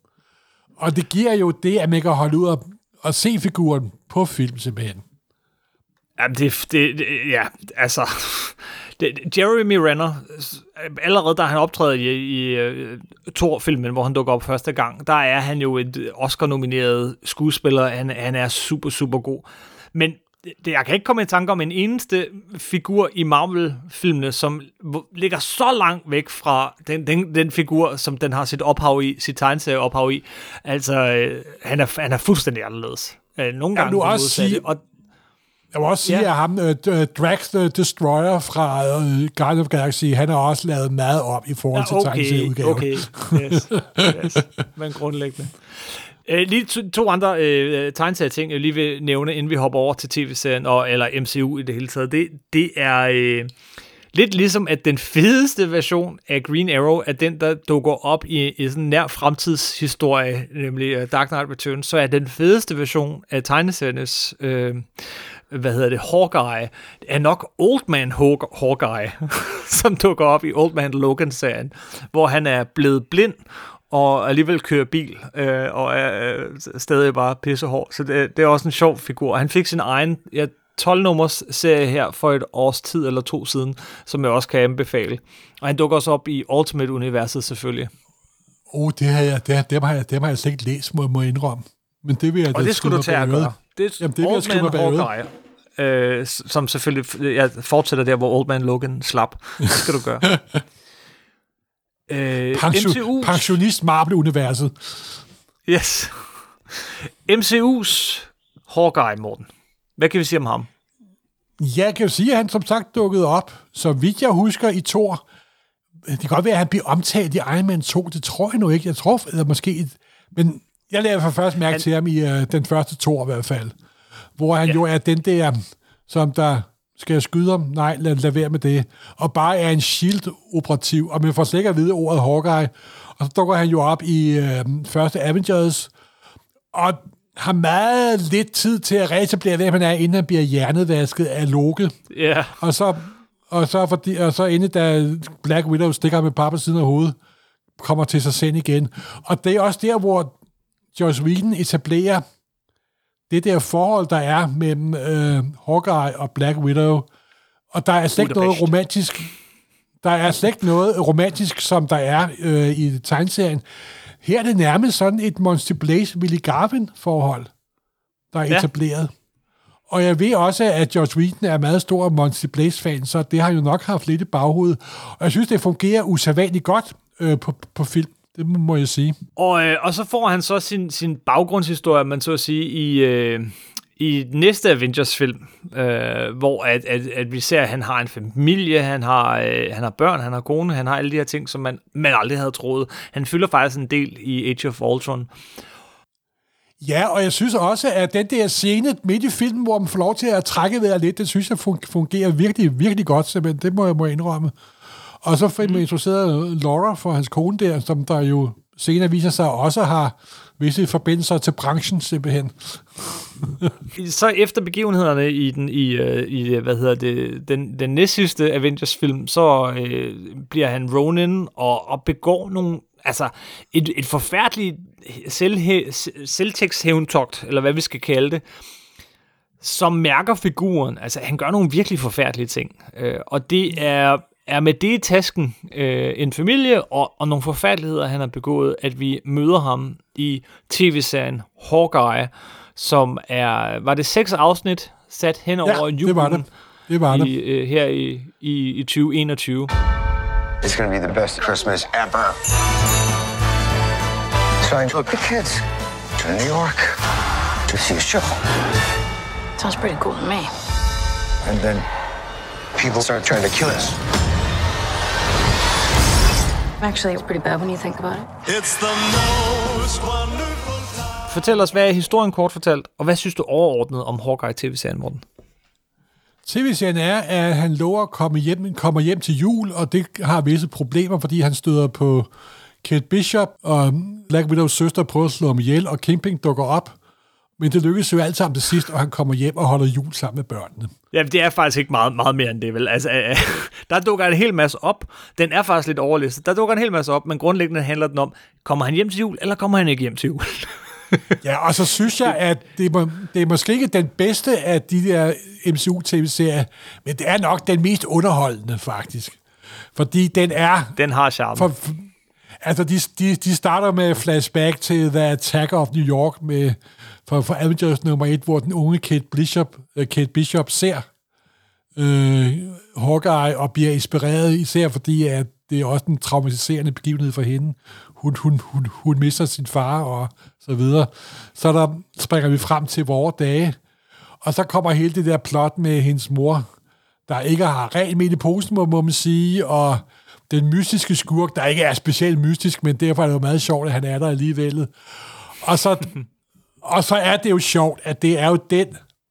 Og det giver jo det, at man kan holde ud og, og se figuren på film, simpelthen. Jamen, det, det, det ja, altså... Det, Jeremy Renner, allerede da han optræder i, i uh, Thor-filmen, hvor han dukker op første gang, der er han jo et Oscar-nomineret skuespiller. Han, han er super, super god. Men det, jeg kan ikke komme i tanke om en eneste figur i Marvel-filmene, som ligger så langt væk fra den, den, den figur, som den har sit ophav i, sit tegneserie-ophav i. Altså, øh, han, er, han er fuldstændig anderledes. Øh, nogle gange du også sige... Og jeg vil også sige, ja. at ham, uh, Drax the Destroyer fra uh, Guardians of the Galaxy, han har også lavet meget op i forhold ja, okay, til tegneserieudgaven. Okay, yes, yes. Men grundlæggende. Uh, lige to, to andre uh, tegneserieting, jeg lige vil nævne, inden vi hopper over til tv-serien, og, eller M C U i det hele taget. Det, det er uh, lidt ligesom, at den fedeste version af Green Arrow er den, der dukker op i, i sådan en nær fremtidshistorie, nemlig uh, Dark Knight Returns, så er den fedeste version af tegneseriernes... Uh, hvad hedder det, Hawkeye, er nok Old Man Hawkeye, som dukker op i Old Man Logan-serien, hvor han er blevet blind, og alligevel kører bil, øh, og er øh, stadig bare pissehård. Så det, det er også en sjov figur. Han fik sin egen ja, tolv-nummers serie her for et års tid eller to siden, som jeg også kan anbefale. Og han dukker også op i Ultimate-universet selvfølgelig. Åh, oh, det har jeg, det har, dem har jeg, dem har jeg slet ikke læst, må, må jeg indrømme. Men det vil jeg og det skulle du tage at gøre. Det er Jamen, det Old Man Hawkeye, øh, som selvfølgelig jeg fortsætter der, hvor Old Man Logan slap. Det skal du gøre. øh, Pension, M C U's, pensionist Marvel-universet. Yes. M C U's Hawkeye, Morten. Hvad kan vi sige om ham? Ja, jeg kan jo sige, at han som sagt dukkede op, så vidt jeg husker i Thor. Det kan godt være, at han bliver omtalt i Iron Man to. Det tror jeg nu ikke. Jeg tror, eller måske... Et, men Jeg lavede for først mærke han, til ham i uh, den første Thor i hvert fald, hvor han ja. jo er den der, som der skal jeg skyde ham? Nej, lad, lad være med det. Og bare er en shield-operativ, og man får slet ikke at vide ordet Hawkeye. Og så dukker han jo op i uh, første Avengers, og har meget lidt tid til at reetablere, hvem han er, inden han bliver hjernevasket af Loke. Yeah. Og så, og så, fordi, og så inden da Black Widow stikker med par på siden af hovedet, kommer til sig selv igen. Og det er også der, hvor Joss Whedon etablerer det der forhold, der er mellem øh, Hawkeye og Black Widow. Og der er slet ikke noget romantisk. Der er slet ikke noget romantisk, som der er øh, i tegneserien. Her er det nærmest sådan et Monty Blaze-Willy Garvin-forhold, der er ja. etableret. Og jeg ved også, at Joss Whedon er meget stor Monty Blaze-fan, så det har jo nok haft lidt i baghovedet. Og jeg synes, det fungerer usædvanligt godt øh, på, på film. Det må jeg sige. Og, øh, og så får han så sin, sin baggrundshistorie, man så at sige, i, øh, i næste Avengers-film, øh, hvor at, at, at vi ser, at han har en familie, han har, øh, han har børn, han har kone, han har alle de her ting, som man, man aldrig havde troet. Han fylder faktisk en del i Age of Ultron. Ja, og jeg synes også, at den der scene midt i filmen, hvor man får lov til at trække vejret lidt, det synes jeg fungerer virkelig, virkelig godt, simpelthen. Det må jeg må indrømme. Og så fik man introduceret Laura for hans kone der, som der jo senere viser sig også har visse forbindelser til branchen, simpelthen. Så efter begivenhederne i den i, i hvad hedder det den den næstsidste Avengers film, så øh, bliver han Ronin og, og begår nogle altså et et forfærdeligt selvtægtshævntogt, eller hvad vi skal kalde det, som mærker figuren. Altså han gør nogle virkelig forfærdelige ting, øh, og det er er med det i tasken øh, en familie og, og nogle forfærdeligheder, han har begået, at vi møder ham i tv-serien Hawkeye, som er, var det seks afsnit sat hen over ja, julen det var det. Det var det. I, øh, her i, i, i tyve enogtyve. It's gonna be the best Christmas ever. So I took the kids to New York to see a show. Sounds pretty cool to me. And then people started trying to kill us. Actually, it's pretty bad when you think about it. It's the most wonderful time. Fortæl os, hvad er historien kort fortalt, og hvad synes du overordnet om Hawkeye tv-serien, Morten? tv-serien er, at han lover at komme hjem, kommer hjem til jul, og det har visse problemer, fordi han støder på Kate Bishop, og Black Widows søster prøver at slå ham ihjel, og Kingpin dukker op. Men det lykkes jo alt sammen til sidst, og han kommer hjem og holder jul sammen med børnene. Ja, det er faktisk ikke meget, meget mere end det, vel? Altså, øh, der dukker en hel masse op. Den er faktisk lidt overlistet. Der dukker en hel masse op, men grundlæggende handler den om, kommer han hjem til jul, eller kommer han ikke hjem til jul? Ja, og så synes jeg, at det, må, det er måske ikke den bedste af de der M C U-tv-serier, men det er nok den mest underholdende, faktisk. Fordi den er... Den har charme. For, altså, de, de, de starter med flashback til The Attack of New York med... For, for Avengers nummer et, hvor den unge Kate Bishop, uh, Kate Bishop ser uh, Hawkeye og bliver inspireret, især fordi at det er også en traumatiserende begivenhed for hende. Hun, hun, hun, hun mister sin far og så videre. Så der springer vi frem til vores dage, og så kommer hele det der plot med hendes mor, der ikke har rent med i posen, må, må man sige, og den mystiske skurk, der ikke er specielt mystisk, men derfor er det jo meget sjovt, at han er der alligevel. Og så... Og så er det jo sjovt, at det er jo den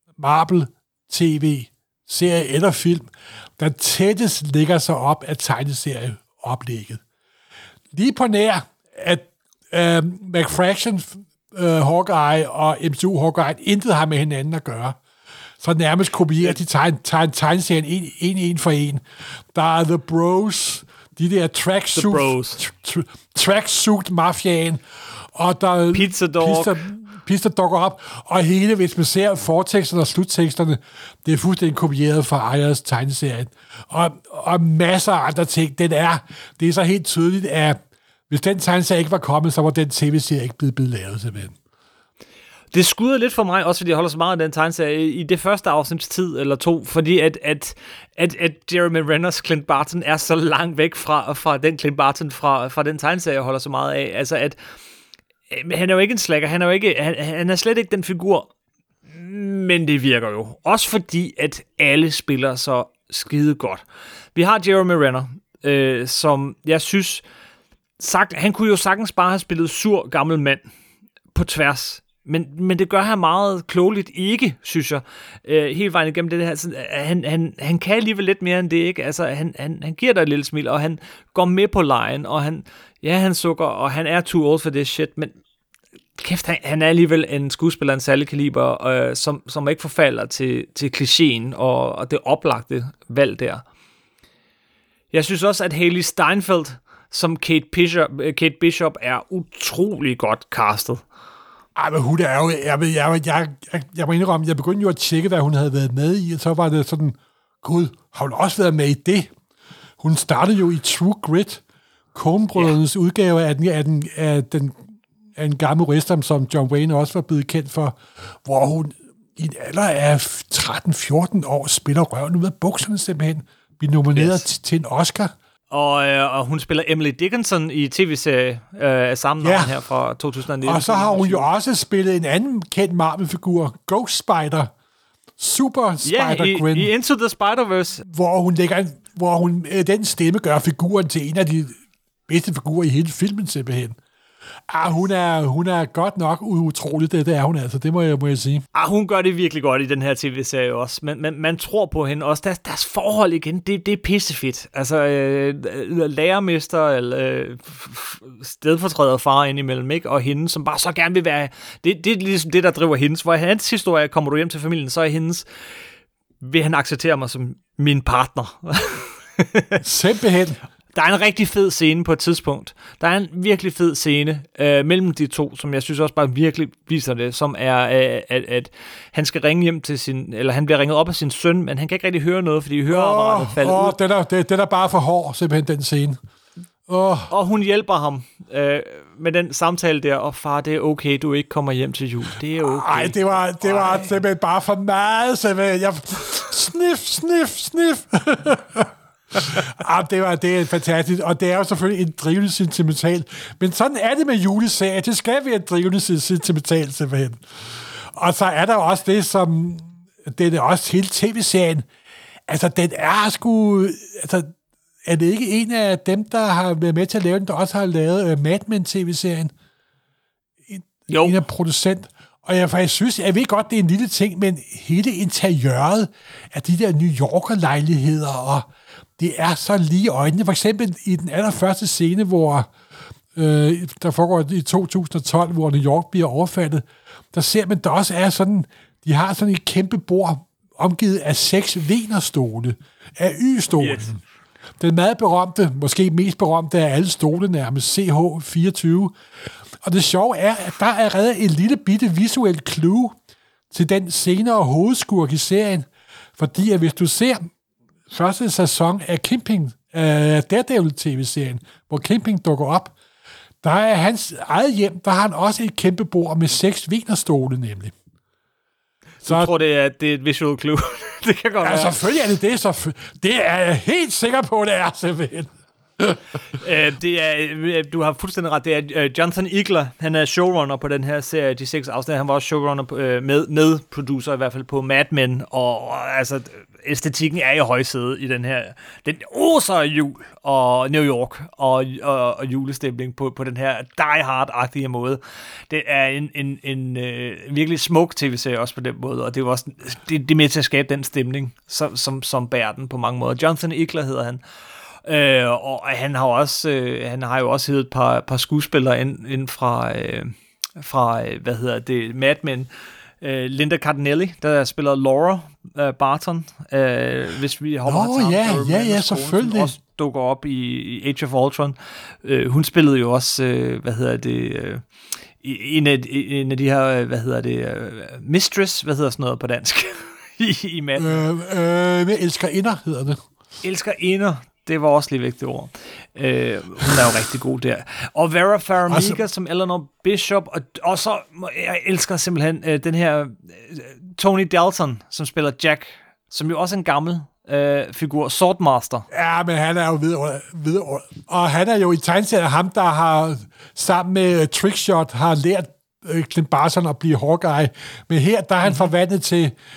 Marvel-tv-serie eller film, der tættest ligger sig op af tegneserieoplægget. Lige på nær, at øh, McFraction, øh, Hawkeye og M C U Hawkeye intet har med hinanden at gøre. Så nærmest kopierer de tegn, tegn, tegneserien en, en, en for en. Der er The Bros, de der tracksuit, tra- tracksuit-mafiaen, og der er Pizza Dog. Pizza, Pizza dukker op, og hele, hvis man ser forteksterne og slutteksterne, det er fuldstændig kopieret fra Ayers tegneserien. Og, og masser af andre ting. Den er, det er så helt tydeligt, at hvis den tegneserie ikke var kommet, så var den tv-serie ikke blevet, blevet lavet, simpelthen. Det skudder lidt for mig, også fordi jeg holder så meget af den tegneserie, i det første afsnits tid eller to, fordi at, at, at, at Jeremy Renners Clint Barton er så langt væk fra, fra den Clint Barton, fra, fra den tegneserie, jeg holder så meget af. Altså, at han er jo ikke en slacker, han er jo ikke, han, han er slet ikke den figur, men det virker jo. Også fordi, at alle spiller så skide godt. Vi har Jeremy Renner, øh, som jeg synes, sagt, han kunne jo sagtens bare have spillet sur gammel mand på tværs. Men, men det gør han meget klogeligt ikke, synes jeg, øh, hele vejen igennem det her. Så, han, han, han kan alligevel lidt mere end det, ikke? Altså, han, han, han giver dig et lille smil, og han går med på lejen, og han, ja, han sukker, og han er too old for this shit, men kæft, han, han er alligevel en skuespiller af en særlig kaliber, øh, som, som ikke forfalder til, til klichéen og, og det oplagte valg der. Jeg synes også, at Hailee Steinfeld som Kate Bishop, Kate Bishop er utrolig godt castet. Ej, men hun er jo... Jeg, jeg, jeg, jeg, jeg må indrømme, jeg begyndte jo at tjekke, hvad hun havde været med i, og så var det sådan, gud, har hun også været med i det? Hun startede jo i True Grit, Coen-brødrenes ja. udgave af den, af den, af den af en gammel western, som John Wayne også var blevet kendt for, hvor hun i en alder af tretten fjorten år spiller røven ud af bukserne simpelthen, bliver nomineret yes. til, til en Oscar. Og, øh, og hun spiller Emily Dickinson i tv-serie øh, af samme navn ja. her fra to tusind nitten. Og så har hun jo også spillet en anden kendt Marvel-figur, Ghost Spider, Super Spider-Gwen. Ja, i, i Into the Spider-Verse. Hvor hun lægger, hvor hun, den stemme gør figuren til en af de bedste figurer i hele filmen simpelthen. Ah, hun er, hun er godt nok utrolig, det, det er hun altså, det må jeg, må jeg sige. Ah, hun gør det virkelig godt i den her tv-serie også, men man, man tror på hende også. Deres, deres forhold igen, det, det er pissefedt. Altså, øh, lærermester, eller øh, stedfortræder far indimellem, ikke? Og hende, som bare så gerne vil være... Det, det er ligesom det, der driver hendes. Hvor i hans historie, kommer du hjem til familien, så er hendes... Vil han acceptere mig som min partner? Simpelthen. Der er en rigtig fed scene på et tidspunkt. Der er en virkelig fed scene øh, mellem de to, som jeg synes også bare virkelig viser det, som er, øh, at, at han skal ringe hjem til sin, eller han bliver ringet op af sin søn, men han kan ikke rigtig høre noget, fordi høreapparatet oh, falder oh, ud. Den er, det, den er bare for hård, simpelthen, den scene. Oh. Og hun hjælper ham øh, med den samtale der, og far, det er okay, du ikke kommer hjem til jul. Det er okay. Ej, det var, det var simpelthen bare for meget, simpelthen. Jeg... Snif, snif, snif. ah, det, var, det er fantastisk, og det er jo selvfølgelig en drivende sentimental. Men sådan er det med juleserier. Det skal være en drivende sentimental, simpelthen. Og så er der også det, som... Det er også hele tv-serien. Altså, den er sgu... Altså, er det ikke en af dem, der har været med til at lave den, der også har lavet uh, Mad Men-tv-serien? En, jo. En af producent. Og jeg, jeg synes, jeg ved godt, det er en lille ting, men hele interiøret af de der New Yorker-lejligheder, og det er så lige i øjnene. For eksempel i den allerførste scene, hvor øh, der foregår i to tusind og tolv, hvor New York bliver overfaldet, der ser man, der også er sådan, de har sådan et kæmpe bord, omgivet af seks venerstole, af Y-stolen. Yes. Den meget berømte, måske mest berømte af alle stole nærmest, C H fireogtyve. Og det sjove er, at der er reddet en lille bitte visuel clue til den senere hovedskurk i serien. Fordi at hvis du ser første sæson af Kingpin, af Daredevil-tv-serien, hvor Kingpin dukker op, der er hans eget hjem, der har han også et kæmpe bord med seks venerstole nemlig. Så jeg tror, det er, det er et visual clue. Det kan godt ja, være. selvfølgelig er det det. Så det er jeg helt sikker på, det er simpelthen. uh, det er, du har fuldstændig ret. Det er uh, Jonathan Igler. Han er showrunner på den her serie, de seks afsnit. Han var også showrunner på, uh, med, med producer i hvert fald på Mad Men. Og, og altså, æstetikken er i højsæde i den her. Den oser af jul og New York og, og, og julestemning på, på den her Die Hard-agtige måde. Det er en, en, en uh, virkelig smuk tv-serie også på den måde, og det er også det, det er med til at skabe den stemning, som, som, som bærer den på mange måder. Jonathan Igler hedder han. Øh, og han har også øh, han har jo også heddet et par, par skuespillere ind, ind fra øh, fra hvad hedder det Mad Men. Øh, Linda Cardinelli, der spiller Laura øh, Barton, øh, hvis vi hopper Nå, til ja, ham, ja, ja, selvfølgelig. også dukker op i, i Age of Ultron. Øh, hun spillede jo også øh, hvad hedder det øh, en af en af de her hvad hedder det øh, Mistress, hvad hedder sådan noget på dansk i, i Mad Men. Øh, øh, elskerinder hedder det. Elskerinder. Det var også lige vigtigt ord. Øh, hun er jo rigtig god der. Og Vera Farmiga altså, som Eleanor Bishop, og, og så, jeg elsker simpelthen øh, den her øh, Tony Dalton, som spiller Jack, som jo også er en gammel øh, figur, Swordmaster. Ja, men han er jo videre, videre. Og han er jo i tegneserien ham, der har sammen med uh, Trickshot har lært uh, Clint Barton at blive Hawkeye. Men her, der er han mm-hmm. forvandlet til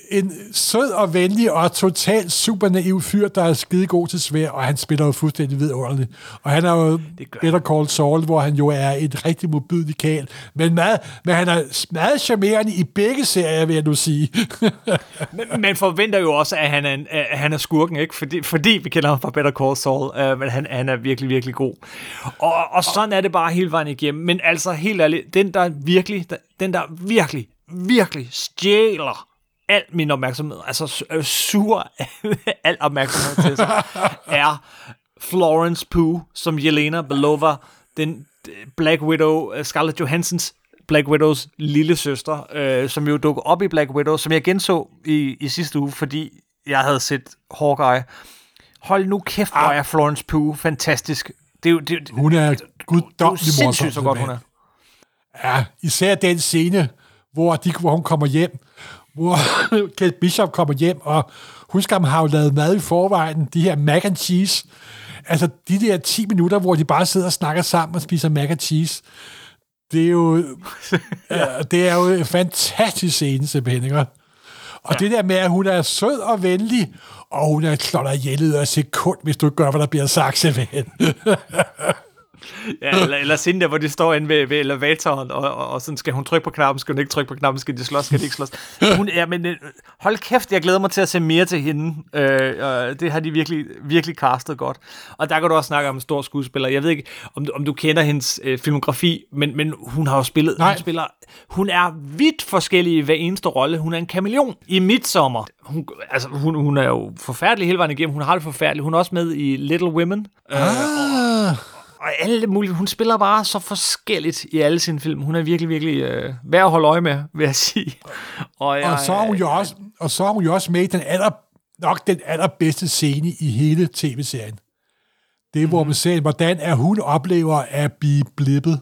en sød og venlig og totalt super naiv fyr, der er skide god til svær, og han spiller jo fuldstændig vidunderligt. Og han er jo Better Call Saul, hvor han jo er et rigtig modbydelig kæl, men, meget, men han er meget charmerende i begge serier, vil jeg nu sige. men man forventer jo også, at han er, en, at han er skurken, ikke? Fordi, fordi vi kender ham fra Better Call Saul, uh, men han, han er virkelig, virkelig god. Og, og sådan er det bare hele vejen igennem. Men altså, helt ærligt, den der virkelig, den der virkelig, virkelig stjæler al min opmærksomhed, altså suger al opmærksomhed til sig, er Florence Pugh som Yelena Belova, den Black Widow, Scarlett Johanssons Black Widows lille søster, øh, som jo dukker op i Black Widow, som jeg genså i, i sidste uge, fordi jeg havde set Hawkeye. Hold nu kæft, hvor er Florence Pugh fantastisk. Det er jo, det, hun er guddommelig morsom. Sindssygt så godt, hun er. Ja, især den scene, hvor, de, hvor hun kommer hjem, hvor Kate Bishop kommer hjem, og hun skal have jo lavet mad i forvejen, de her mac and cheese. Altså, de der ti minutter, hvor de bare sidder og snakker sammen og spiser mac and cheese, det er jo, ja. det er jo en fantastisk scene, simpelthen, ikke? Og ja. Det der med, at hun er sød og venlig, og hun er slået af ihjel af sekund, hvis du gør, hvad der bliver sagt, simpelthen. Ja, eller, eller scenen der, hvor de står inde ved, ved elevatoren, og, og, og sådan skal hun trykke på knappen, skal hun ikke trykke på knappen, skal de slås, skal de ikke slås. Hun er, men hold kæft, jeg glæder mig til at se mere til hende. Øh, og det har de virkelig, virkelig castet godt. Og der kan du også snakke om en stor skuespiller. Jeg ved ikke, om du, om du kender hendes øh, filmografi, men, men hun har jo spillet, hun spiller, hun er vidt forskellig i hver eneste rolle. Hun er en kameleon i Midsommar. Hun, altså, hun, hun er jo forfærdelig hele vejen igennem. Hun har det forfærdeligt. Hun er også med i Little Women. Ah. Øh, og, Og alle mulige, hun spiller bare så forskelligt i alle sine film. Hun er virkelig, virkelig øh, værd at holde øje med, vil jeg sige. Og, jeg, og, så er hun jo også, og så er hun jo også med i den aller, nok den allerbedste scene i hele tv-serien. Det er, hvor man ser, hvordan er hun oplever at blive blippet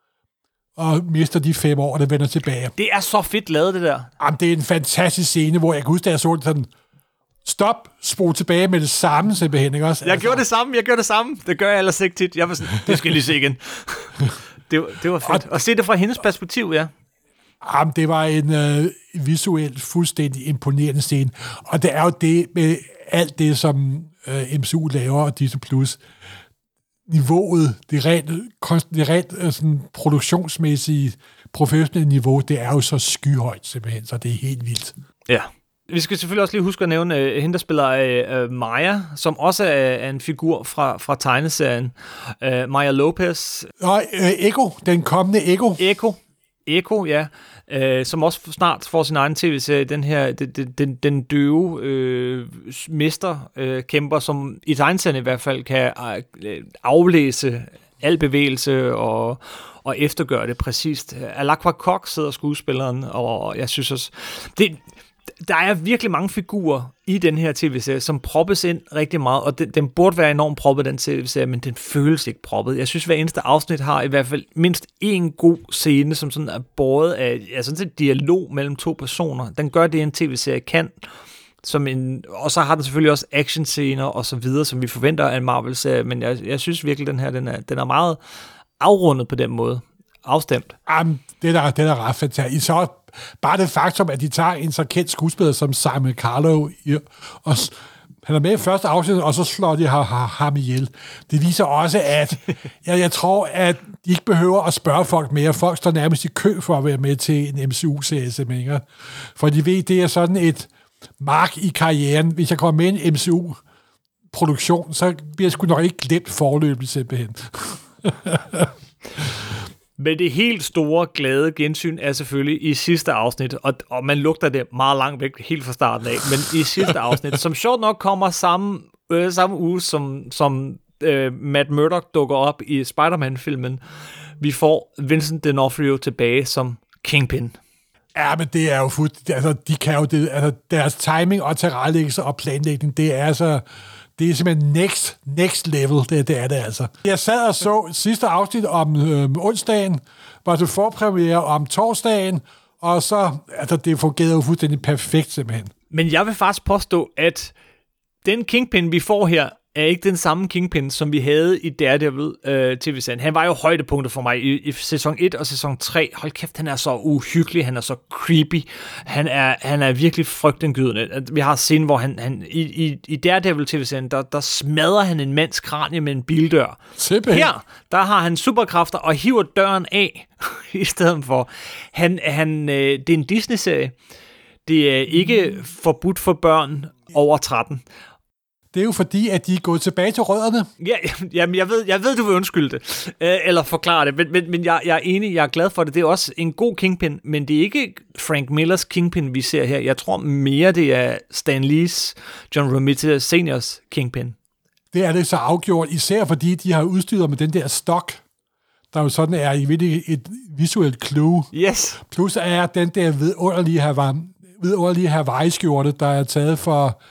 og mister de fem år, der vender tilbage. Det er så fedt lavet, det der. Jamen, det er en fantastisk scene, hvor jeg kan huske, at jeg så det sådan, stop, spol tilbage med det samme, simpelthen, ikke også? Jeg altså. gjorde det samme, jeg gjorde det samme. Det gør jeg ellers ikke tit. Jeg var sådan, det skal jeg lige se igen. det, det var fedt. Og, og se det fra hendes perspektiv, ja. Jamen, det var en øh, visuelt fuldstændig imponerende scene. Og det er jo det med alt det, som øh, M C U laver og Disney Plus. Niveauet, det rent, det rent øh, sådan produktionsmæssige, professionelle niveau, det er jo så skyhøjt, simpelthen, så det er helt vildt. Ja. Vi skal selvfølgelig også lige huske at nævne uh, hende, der spiller uh, Maya, som også er, er en figur fra, fra tegneserien. Uh, Maya Lopez. Og uh, Echo, den kommende Echo. Echo, Echo, ja. Uh, som også snart får sin egen tv-serie, den her, den, den, den døve uh, mesterkæmper, uh, som i tegneserien i hvert fald kan uh, aflæse al bevægelse og, og eftergøre det præcist. Alaqua Cox sidder skuespilleren, og jeg synes også... Det, der er virkelig mange figurer i den her tv-serie, som proppes ind rigtig meget, og den, den burde være enormt proppet, den tv-serie, men den føles ikke proppet. Jeg synes, hver eneste afsnit har i hvert fald mindst en god scene, som sådan er båret af ja, sådan et dialog mellem to personer. Den gør det, en tv-serie kan, som en, og så har den selvfølgelig også actionscener og så videre, som vi forventer af en Marvel-serie, men jeg, jeg synes virkelig, den her den er, den er meget afrundet på den måde. Afstemt. Jamen, det er da ret fantastisk. Så bare det faktum, at de tager en så kendt skuespiller som Simon Carlo, og han er med i første afsnit, og så slår de ham ihjel. Det viser også, at jeg, jeg tror, at de ikke behøver at spørge folk mere. Folk står nærmest i kø for at være med til en M C U-serie, simpelthen. For de ved, det er sådan et mark i karrieren. Hvis jeg kommer med en M C U-produktion, så bliver jeg sgu nok ikke glemt forløbet, simpelthen. Men det helt store, glade gensyn er selvfølgelig i sidste afsnit, og, og man lugter det meget langt væk helt fra starten af, men i sidste afsnit, som sjovt nok kommer samme, øh, samme uge, som, som øh, Matt Murdock dukker op i Spider-Man-filmen. Vi får Vincent D'Onofrio tilbage som Kingpin. Ja, men det er jo fuldt, altså, de kan jo det, altså, deres timing og tilrettelæggelse og planlægning, det er altså... Det er simpelthen next, next level, det, det er det altså. Jeg sad og så sidste afsnit om øh, onsdagen, var til forpremiere om torsdagen, og så, altså det fungerede jo fuldstændig perfekt simpelthen. Men jeg vil faktisk påstå, at den Kingpin, vi får her, er ikke den samme Kingpin, som vi havde i Daredevil øh, tv-serien. Han var jo højdepunktet for mig i, i sæson et og sæson tre. Hold kæft, han er så uhyggelig, han er så creepy. Han er, han er virkelig frygtindgydende. Vi har scenen, hvor han, han i, i, i Daredevil tv-serien, der, der smadrer han en mands kranie med en bildør. Simpelthen. Her, der har han superkræfter og hiver døren af, i stedet for. Han, han, øh, det er en Disney-serie. Det er ikke forbudt for børn over tretten. Det er jo fordi, at de er gået tilbage til rødderne. Ja, jamen, jeg ved, jeg ved, du vil undskylde det, øh, eller forklare det, men, men, men jeg, jeg er enig, jeg er glad for det. Det er også en god Kingpin, men det er ikke Frank Millers Kingpin, vi ser her. Jeg tror mere, det er Stan Lees, John Romita Seniors Kingpin. Det er det så afgjort, især fordi de har udstyret med den der stok, der jo sådan er i et, et visuelt clue. Yes. Plus er den der vidunderlige Hawaii, vidunderlige Hawaii-skjorte, der er taget for...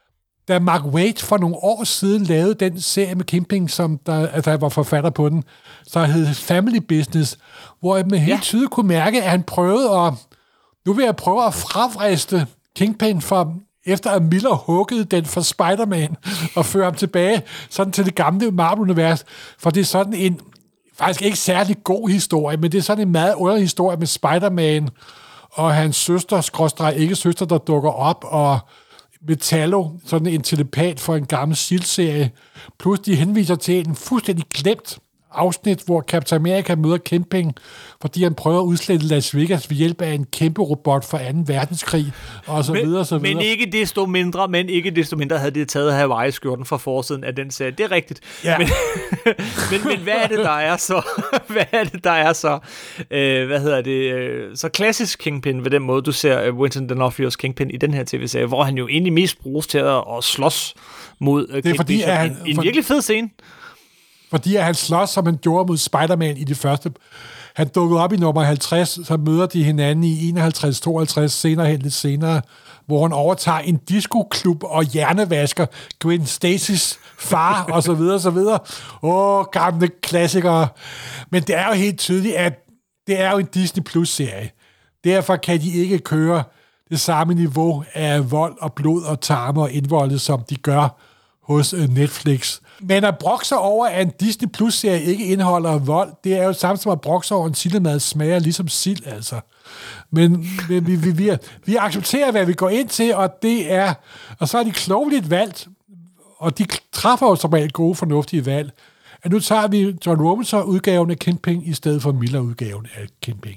Da Mark Waid for nogle år siden lavede den serie med Kingpin, som der, altså jeg var forfatter på den, så hed Family Business, hvor man helt ja. tydeligt kunne mærke, at han prøvede at... Nu vil jeg prøve at fravriste Kingpin for... Efter at Miller huggede den for Spider-Man og føre ham tilbage sådan til det gamle Marvel-univers. For det er sådan en... Faktisk ikke særlig god historie, men det er sådan en meget underlig historie med Spider-Man og hans søster, skråstreg ikke søster, der dukker op, og... Metallo, sådan en telepat for en gammel S.H.I.E.L.D.-serie. Plus de henviser til en fuldstændig glemt afsnit, hvor Captain America møder Kingpin, fordi han prøver at udslette Las Vegas ved hjælp af en kæmpe robot fra anden verdenskrig, og så men, videre, så videre. Men ikke desto mindre, men ikke desto mindre havde det taget Hawaii-skjorten fra forsiden af den serie. Det er rigtigt. Ja. Men, men, men hvad er det, der er så? hvad er det, der er så? Øh, hvad hedder det? Øh, så klassisk Kingpin ved den måde, du ser Vincent D'Onofrios Kingpin i den her tv-serie, hvor han jo egentlig mest bruges til at, at slås mod uh, det er fordi, at han, en, en for, virkelig fed scene. Fordi at han slås, som han gjorde mod Spider-Man i det første. Han dukkede op i nummer halvtreds, så møder de hinanden i enoghalvtreds tooghalvtreds, senere hen lidt senere, hvor han overtager en discoklub og hjernevasker Gwen Stacy's far, og så videre, så videre. Åh, gamle klassikere. Men det er jo helt tydeligt, at det er jo en Disney Plus-serie. Derfor kan de ikke køre det samme niveau af vold og blod og tarme og indvolde, som de gør hos Netflix. Men at brokse over, at en Disney Plus-serie ikke indeholder vold, det er jo samt som at brokse over en sillemad smager ligesom sild, altså. Men, men vi, vi, vi, vi accepterer, hvad vi går ind til, og det er... Og så er de klogeligt valgt, og de træffer jo som regel gode, fornuftige valg. At nu tager vi John Romita-udgaven af Kingpin i stedet for Miller-udgaven af Kingpin.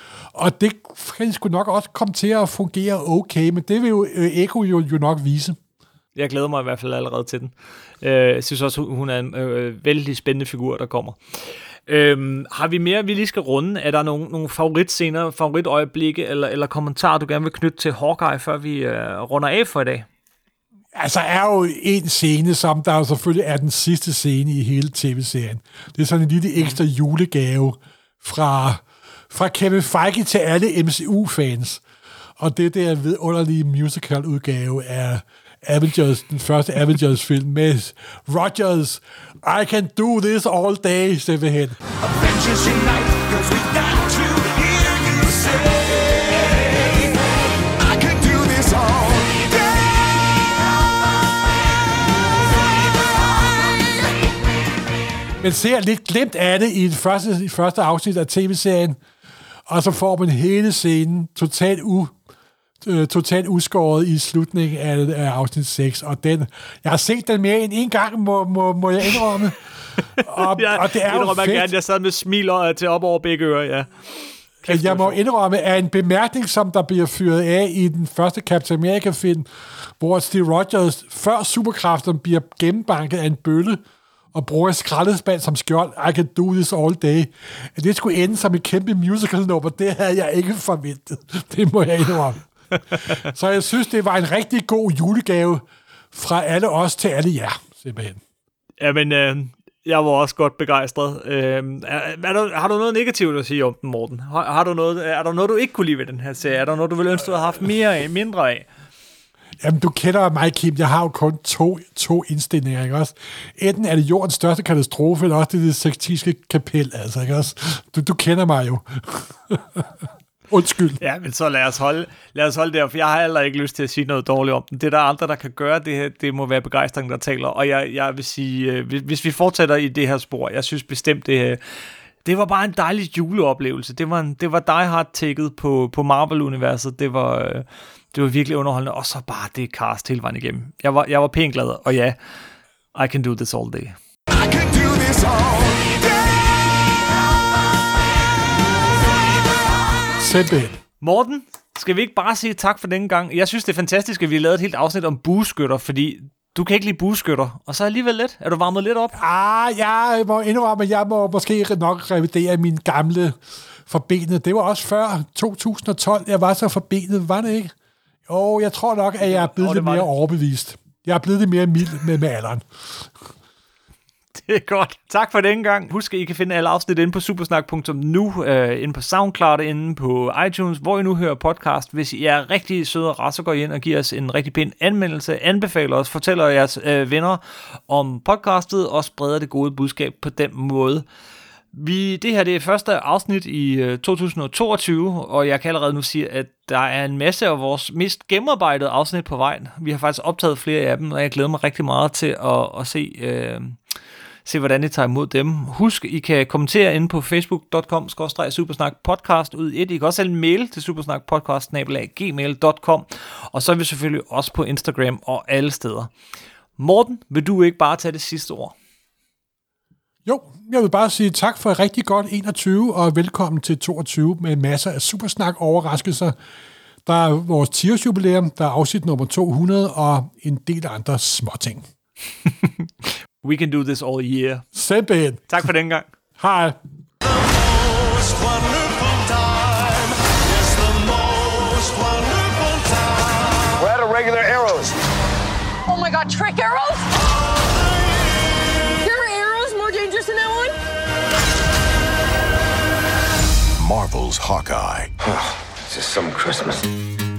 Og det kan sgu nok også komme til at fungere okay, men det vil jo øh, Echo jo, jo nok vise. Jeg glæder mig i hvert fald allerede til den. Jeg synes også, hun er en øh, vældig spændende figur, der kommer. Øhm, har vi mere, vi lige skal runde? Er der nogle, nogle favoritscener, favoritøjeblikke eller, eller kommentarer, du gerne vil knytte til Hawkeye, før vi øh, runder af for i dag? Altså, er jo en scene, som der jo selvfølgelig er den sidste scene i hele tv-serien. Det er sådan en lille ekstra julegave fra, fra Kevin Feige til alle M C U-fans. Og det der vidunderlige musical-udgave af Avengers, den første Avengers-film med Rogers. I can do this all day, simpelthen. Avengers unite, 'cause we got to hear you say, I can do this all day. Man ser lidt glemt af det i det første, i første afsnit af tv-serien, og så får man hele scenen totalt u totalt udskåret i slutningen af, af afsnit seks, og den, jeg har set den mere end en gang, må, må, må jeg indrømme. Og, ja, og det er jo fedt. Gerne. Jeg sad med smiler til op over begge ører, ja. Kæft, jeg må indrømme, at en bemærkning, som der bliver fyret af i den første Captain America-film, hvor Steve Rogers før superkræfterne bliver gennembanket af en bølle, og bruger skraldespand som skjold, I can do this all day. At det skulle ende som et kæmpe musical-nummer, det havde jeg ikke forventet. Det må jeg indrømme. Så jeg synes, det var en rigtig god julegave fra alle os til alle jer, simpelthen. Jamen, øh, jeg var også godt begejstret. Øh, er, er der, har du noget negativt at sige om den, Morten? Har, har du noget, er der noget, du ikke kunne lide ved den her serie? Er der noget, du ville ønske, du havde haft mere af, mindre af? Jamen, du kender mig, Kim. Jeg har jo kun to, to indstillinger, ikke også? Enten er det jordens største katastrofe, eller også det, det sekstiske kapel, altså, ikke også? Du, du kender mig jo. Undskyld. Ja, men så lad os holde, lad os holde der, for jeg har heller ikke lyst til at sige noget dårligt om den. Det er der andre, der kan gøre det her. Det må være begejstring, der taler. Og jeg, jeg vil sige, øh, hvis vi fortsætter i det her spor, jeg synes bestemt, det her, det var bare en dejlig juleoplevelse. Det var, en, det var Die Hard-tækket på, på Marvel-universet. Det var, øh, det var virkelig underholdende. Og så bare det cast hele vejen igennem. Jeg var, jeg var pænt glad, og ja, I can do this all day. I can do this all day. Simpelthen. Morten, skal vi ikke bare sige tak for denne gang? Jeg synes, det er fantastisk, at vi lavede et helt afsnit om bueskytter, fordi du kan ikke lide bueskytter, og så alligevel lidt. Er du varmet lidt op? Ah, jeg må indrømme, at jeg må måske nok revidere min gamle forbenet. Det var også før to tusind og tolv, jeg var så forbenet, var det ikke? Jo, jeg tror nok, at jeg er blevet Jo, det lidt var mere det. overbevist. Jeg er blevet lidt mere mild med, med alderen. Det er godt. Tak for den gang. Husk, at I kan finde alle afsnit inde på supersnak punktum nu, øh, inde på SoundCloud, inde på iTunes, hvor I nu hører podcast. Hvis I er rigtig søde og rasse, så går I ind og giver os en rigtig pæn anmeldelse, anbefaler os, fortæller jeres øh, venner om podcastet og spreder det gode budskab på den måde. Vi, det her det er første afsnit i øh, to tusind og toogtyve, og jeg kan allerede nu sige, at der er en masse af vores mest gennemarbejdede afsnit på vej. Vi har faktisk optaget flere af dem, og jeg glæder mig rigtig meget til at, at se... Øh, Se, hvordan I tager imod dem. Husk, I kan kommentere inde på facebook punktum com skråstreg supersnak podcast ud i et. I kan også sende en mail til supersnakpodcast snabel-a gmail punktum com. Og så er vi selvfølgelig også på Instagram og alle steder. Morten, vil du ikke bare tage det sidste ord? Jo, jeg vil bare sige tak for et rigtig godt enogtyve, og velkommen til toogtyve med masser af supersnak overraskelser. Der er vores ti års jubilæum, der er afsnit nummer to hundrede, og en del andre småting. We can do this all year. Simpelthen. Tak for den gang. Hej. Most wonderful time. Yes, the most wonderful time. We're out of regular arrows. Oh my god, trick arrows? There are arrows more dangerous than that one? Marvel's Hawkeye. This is some Christmas.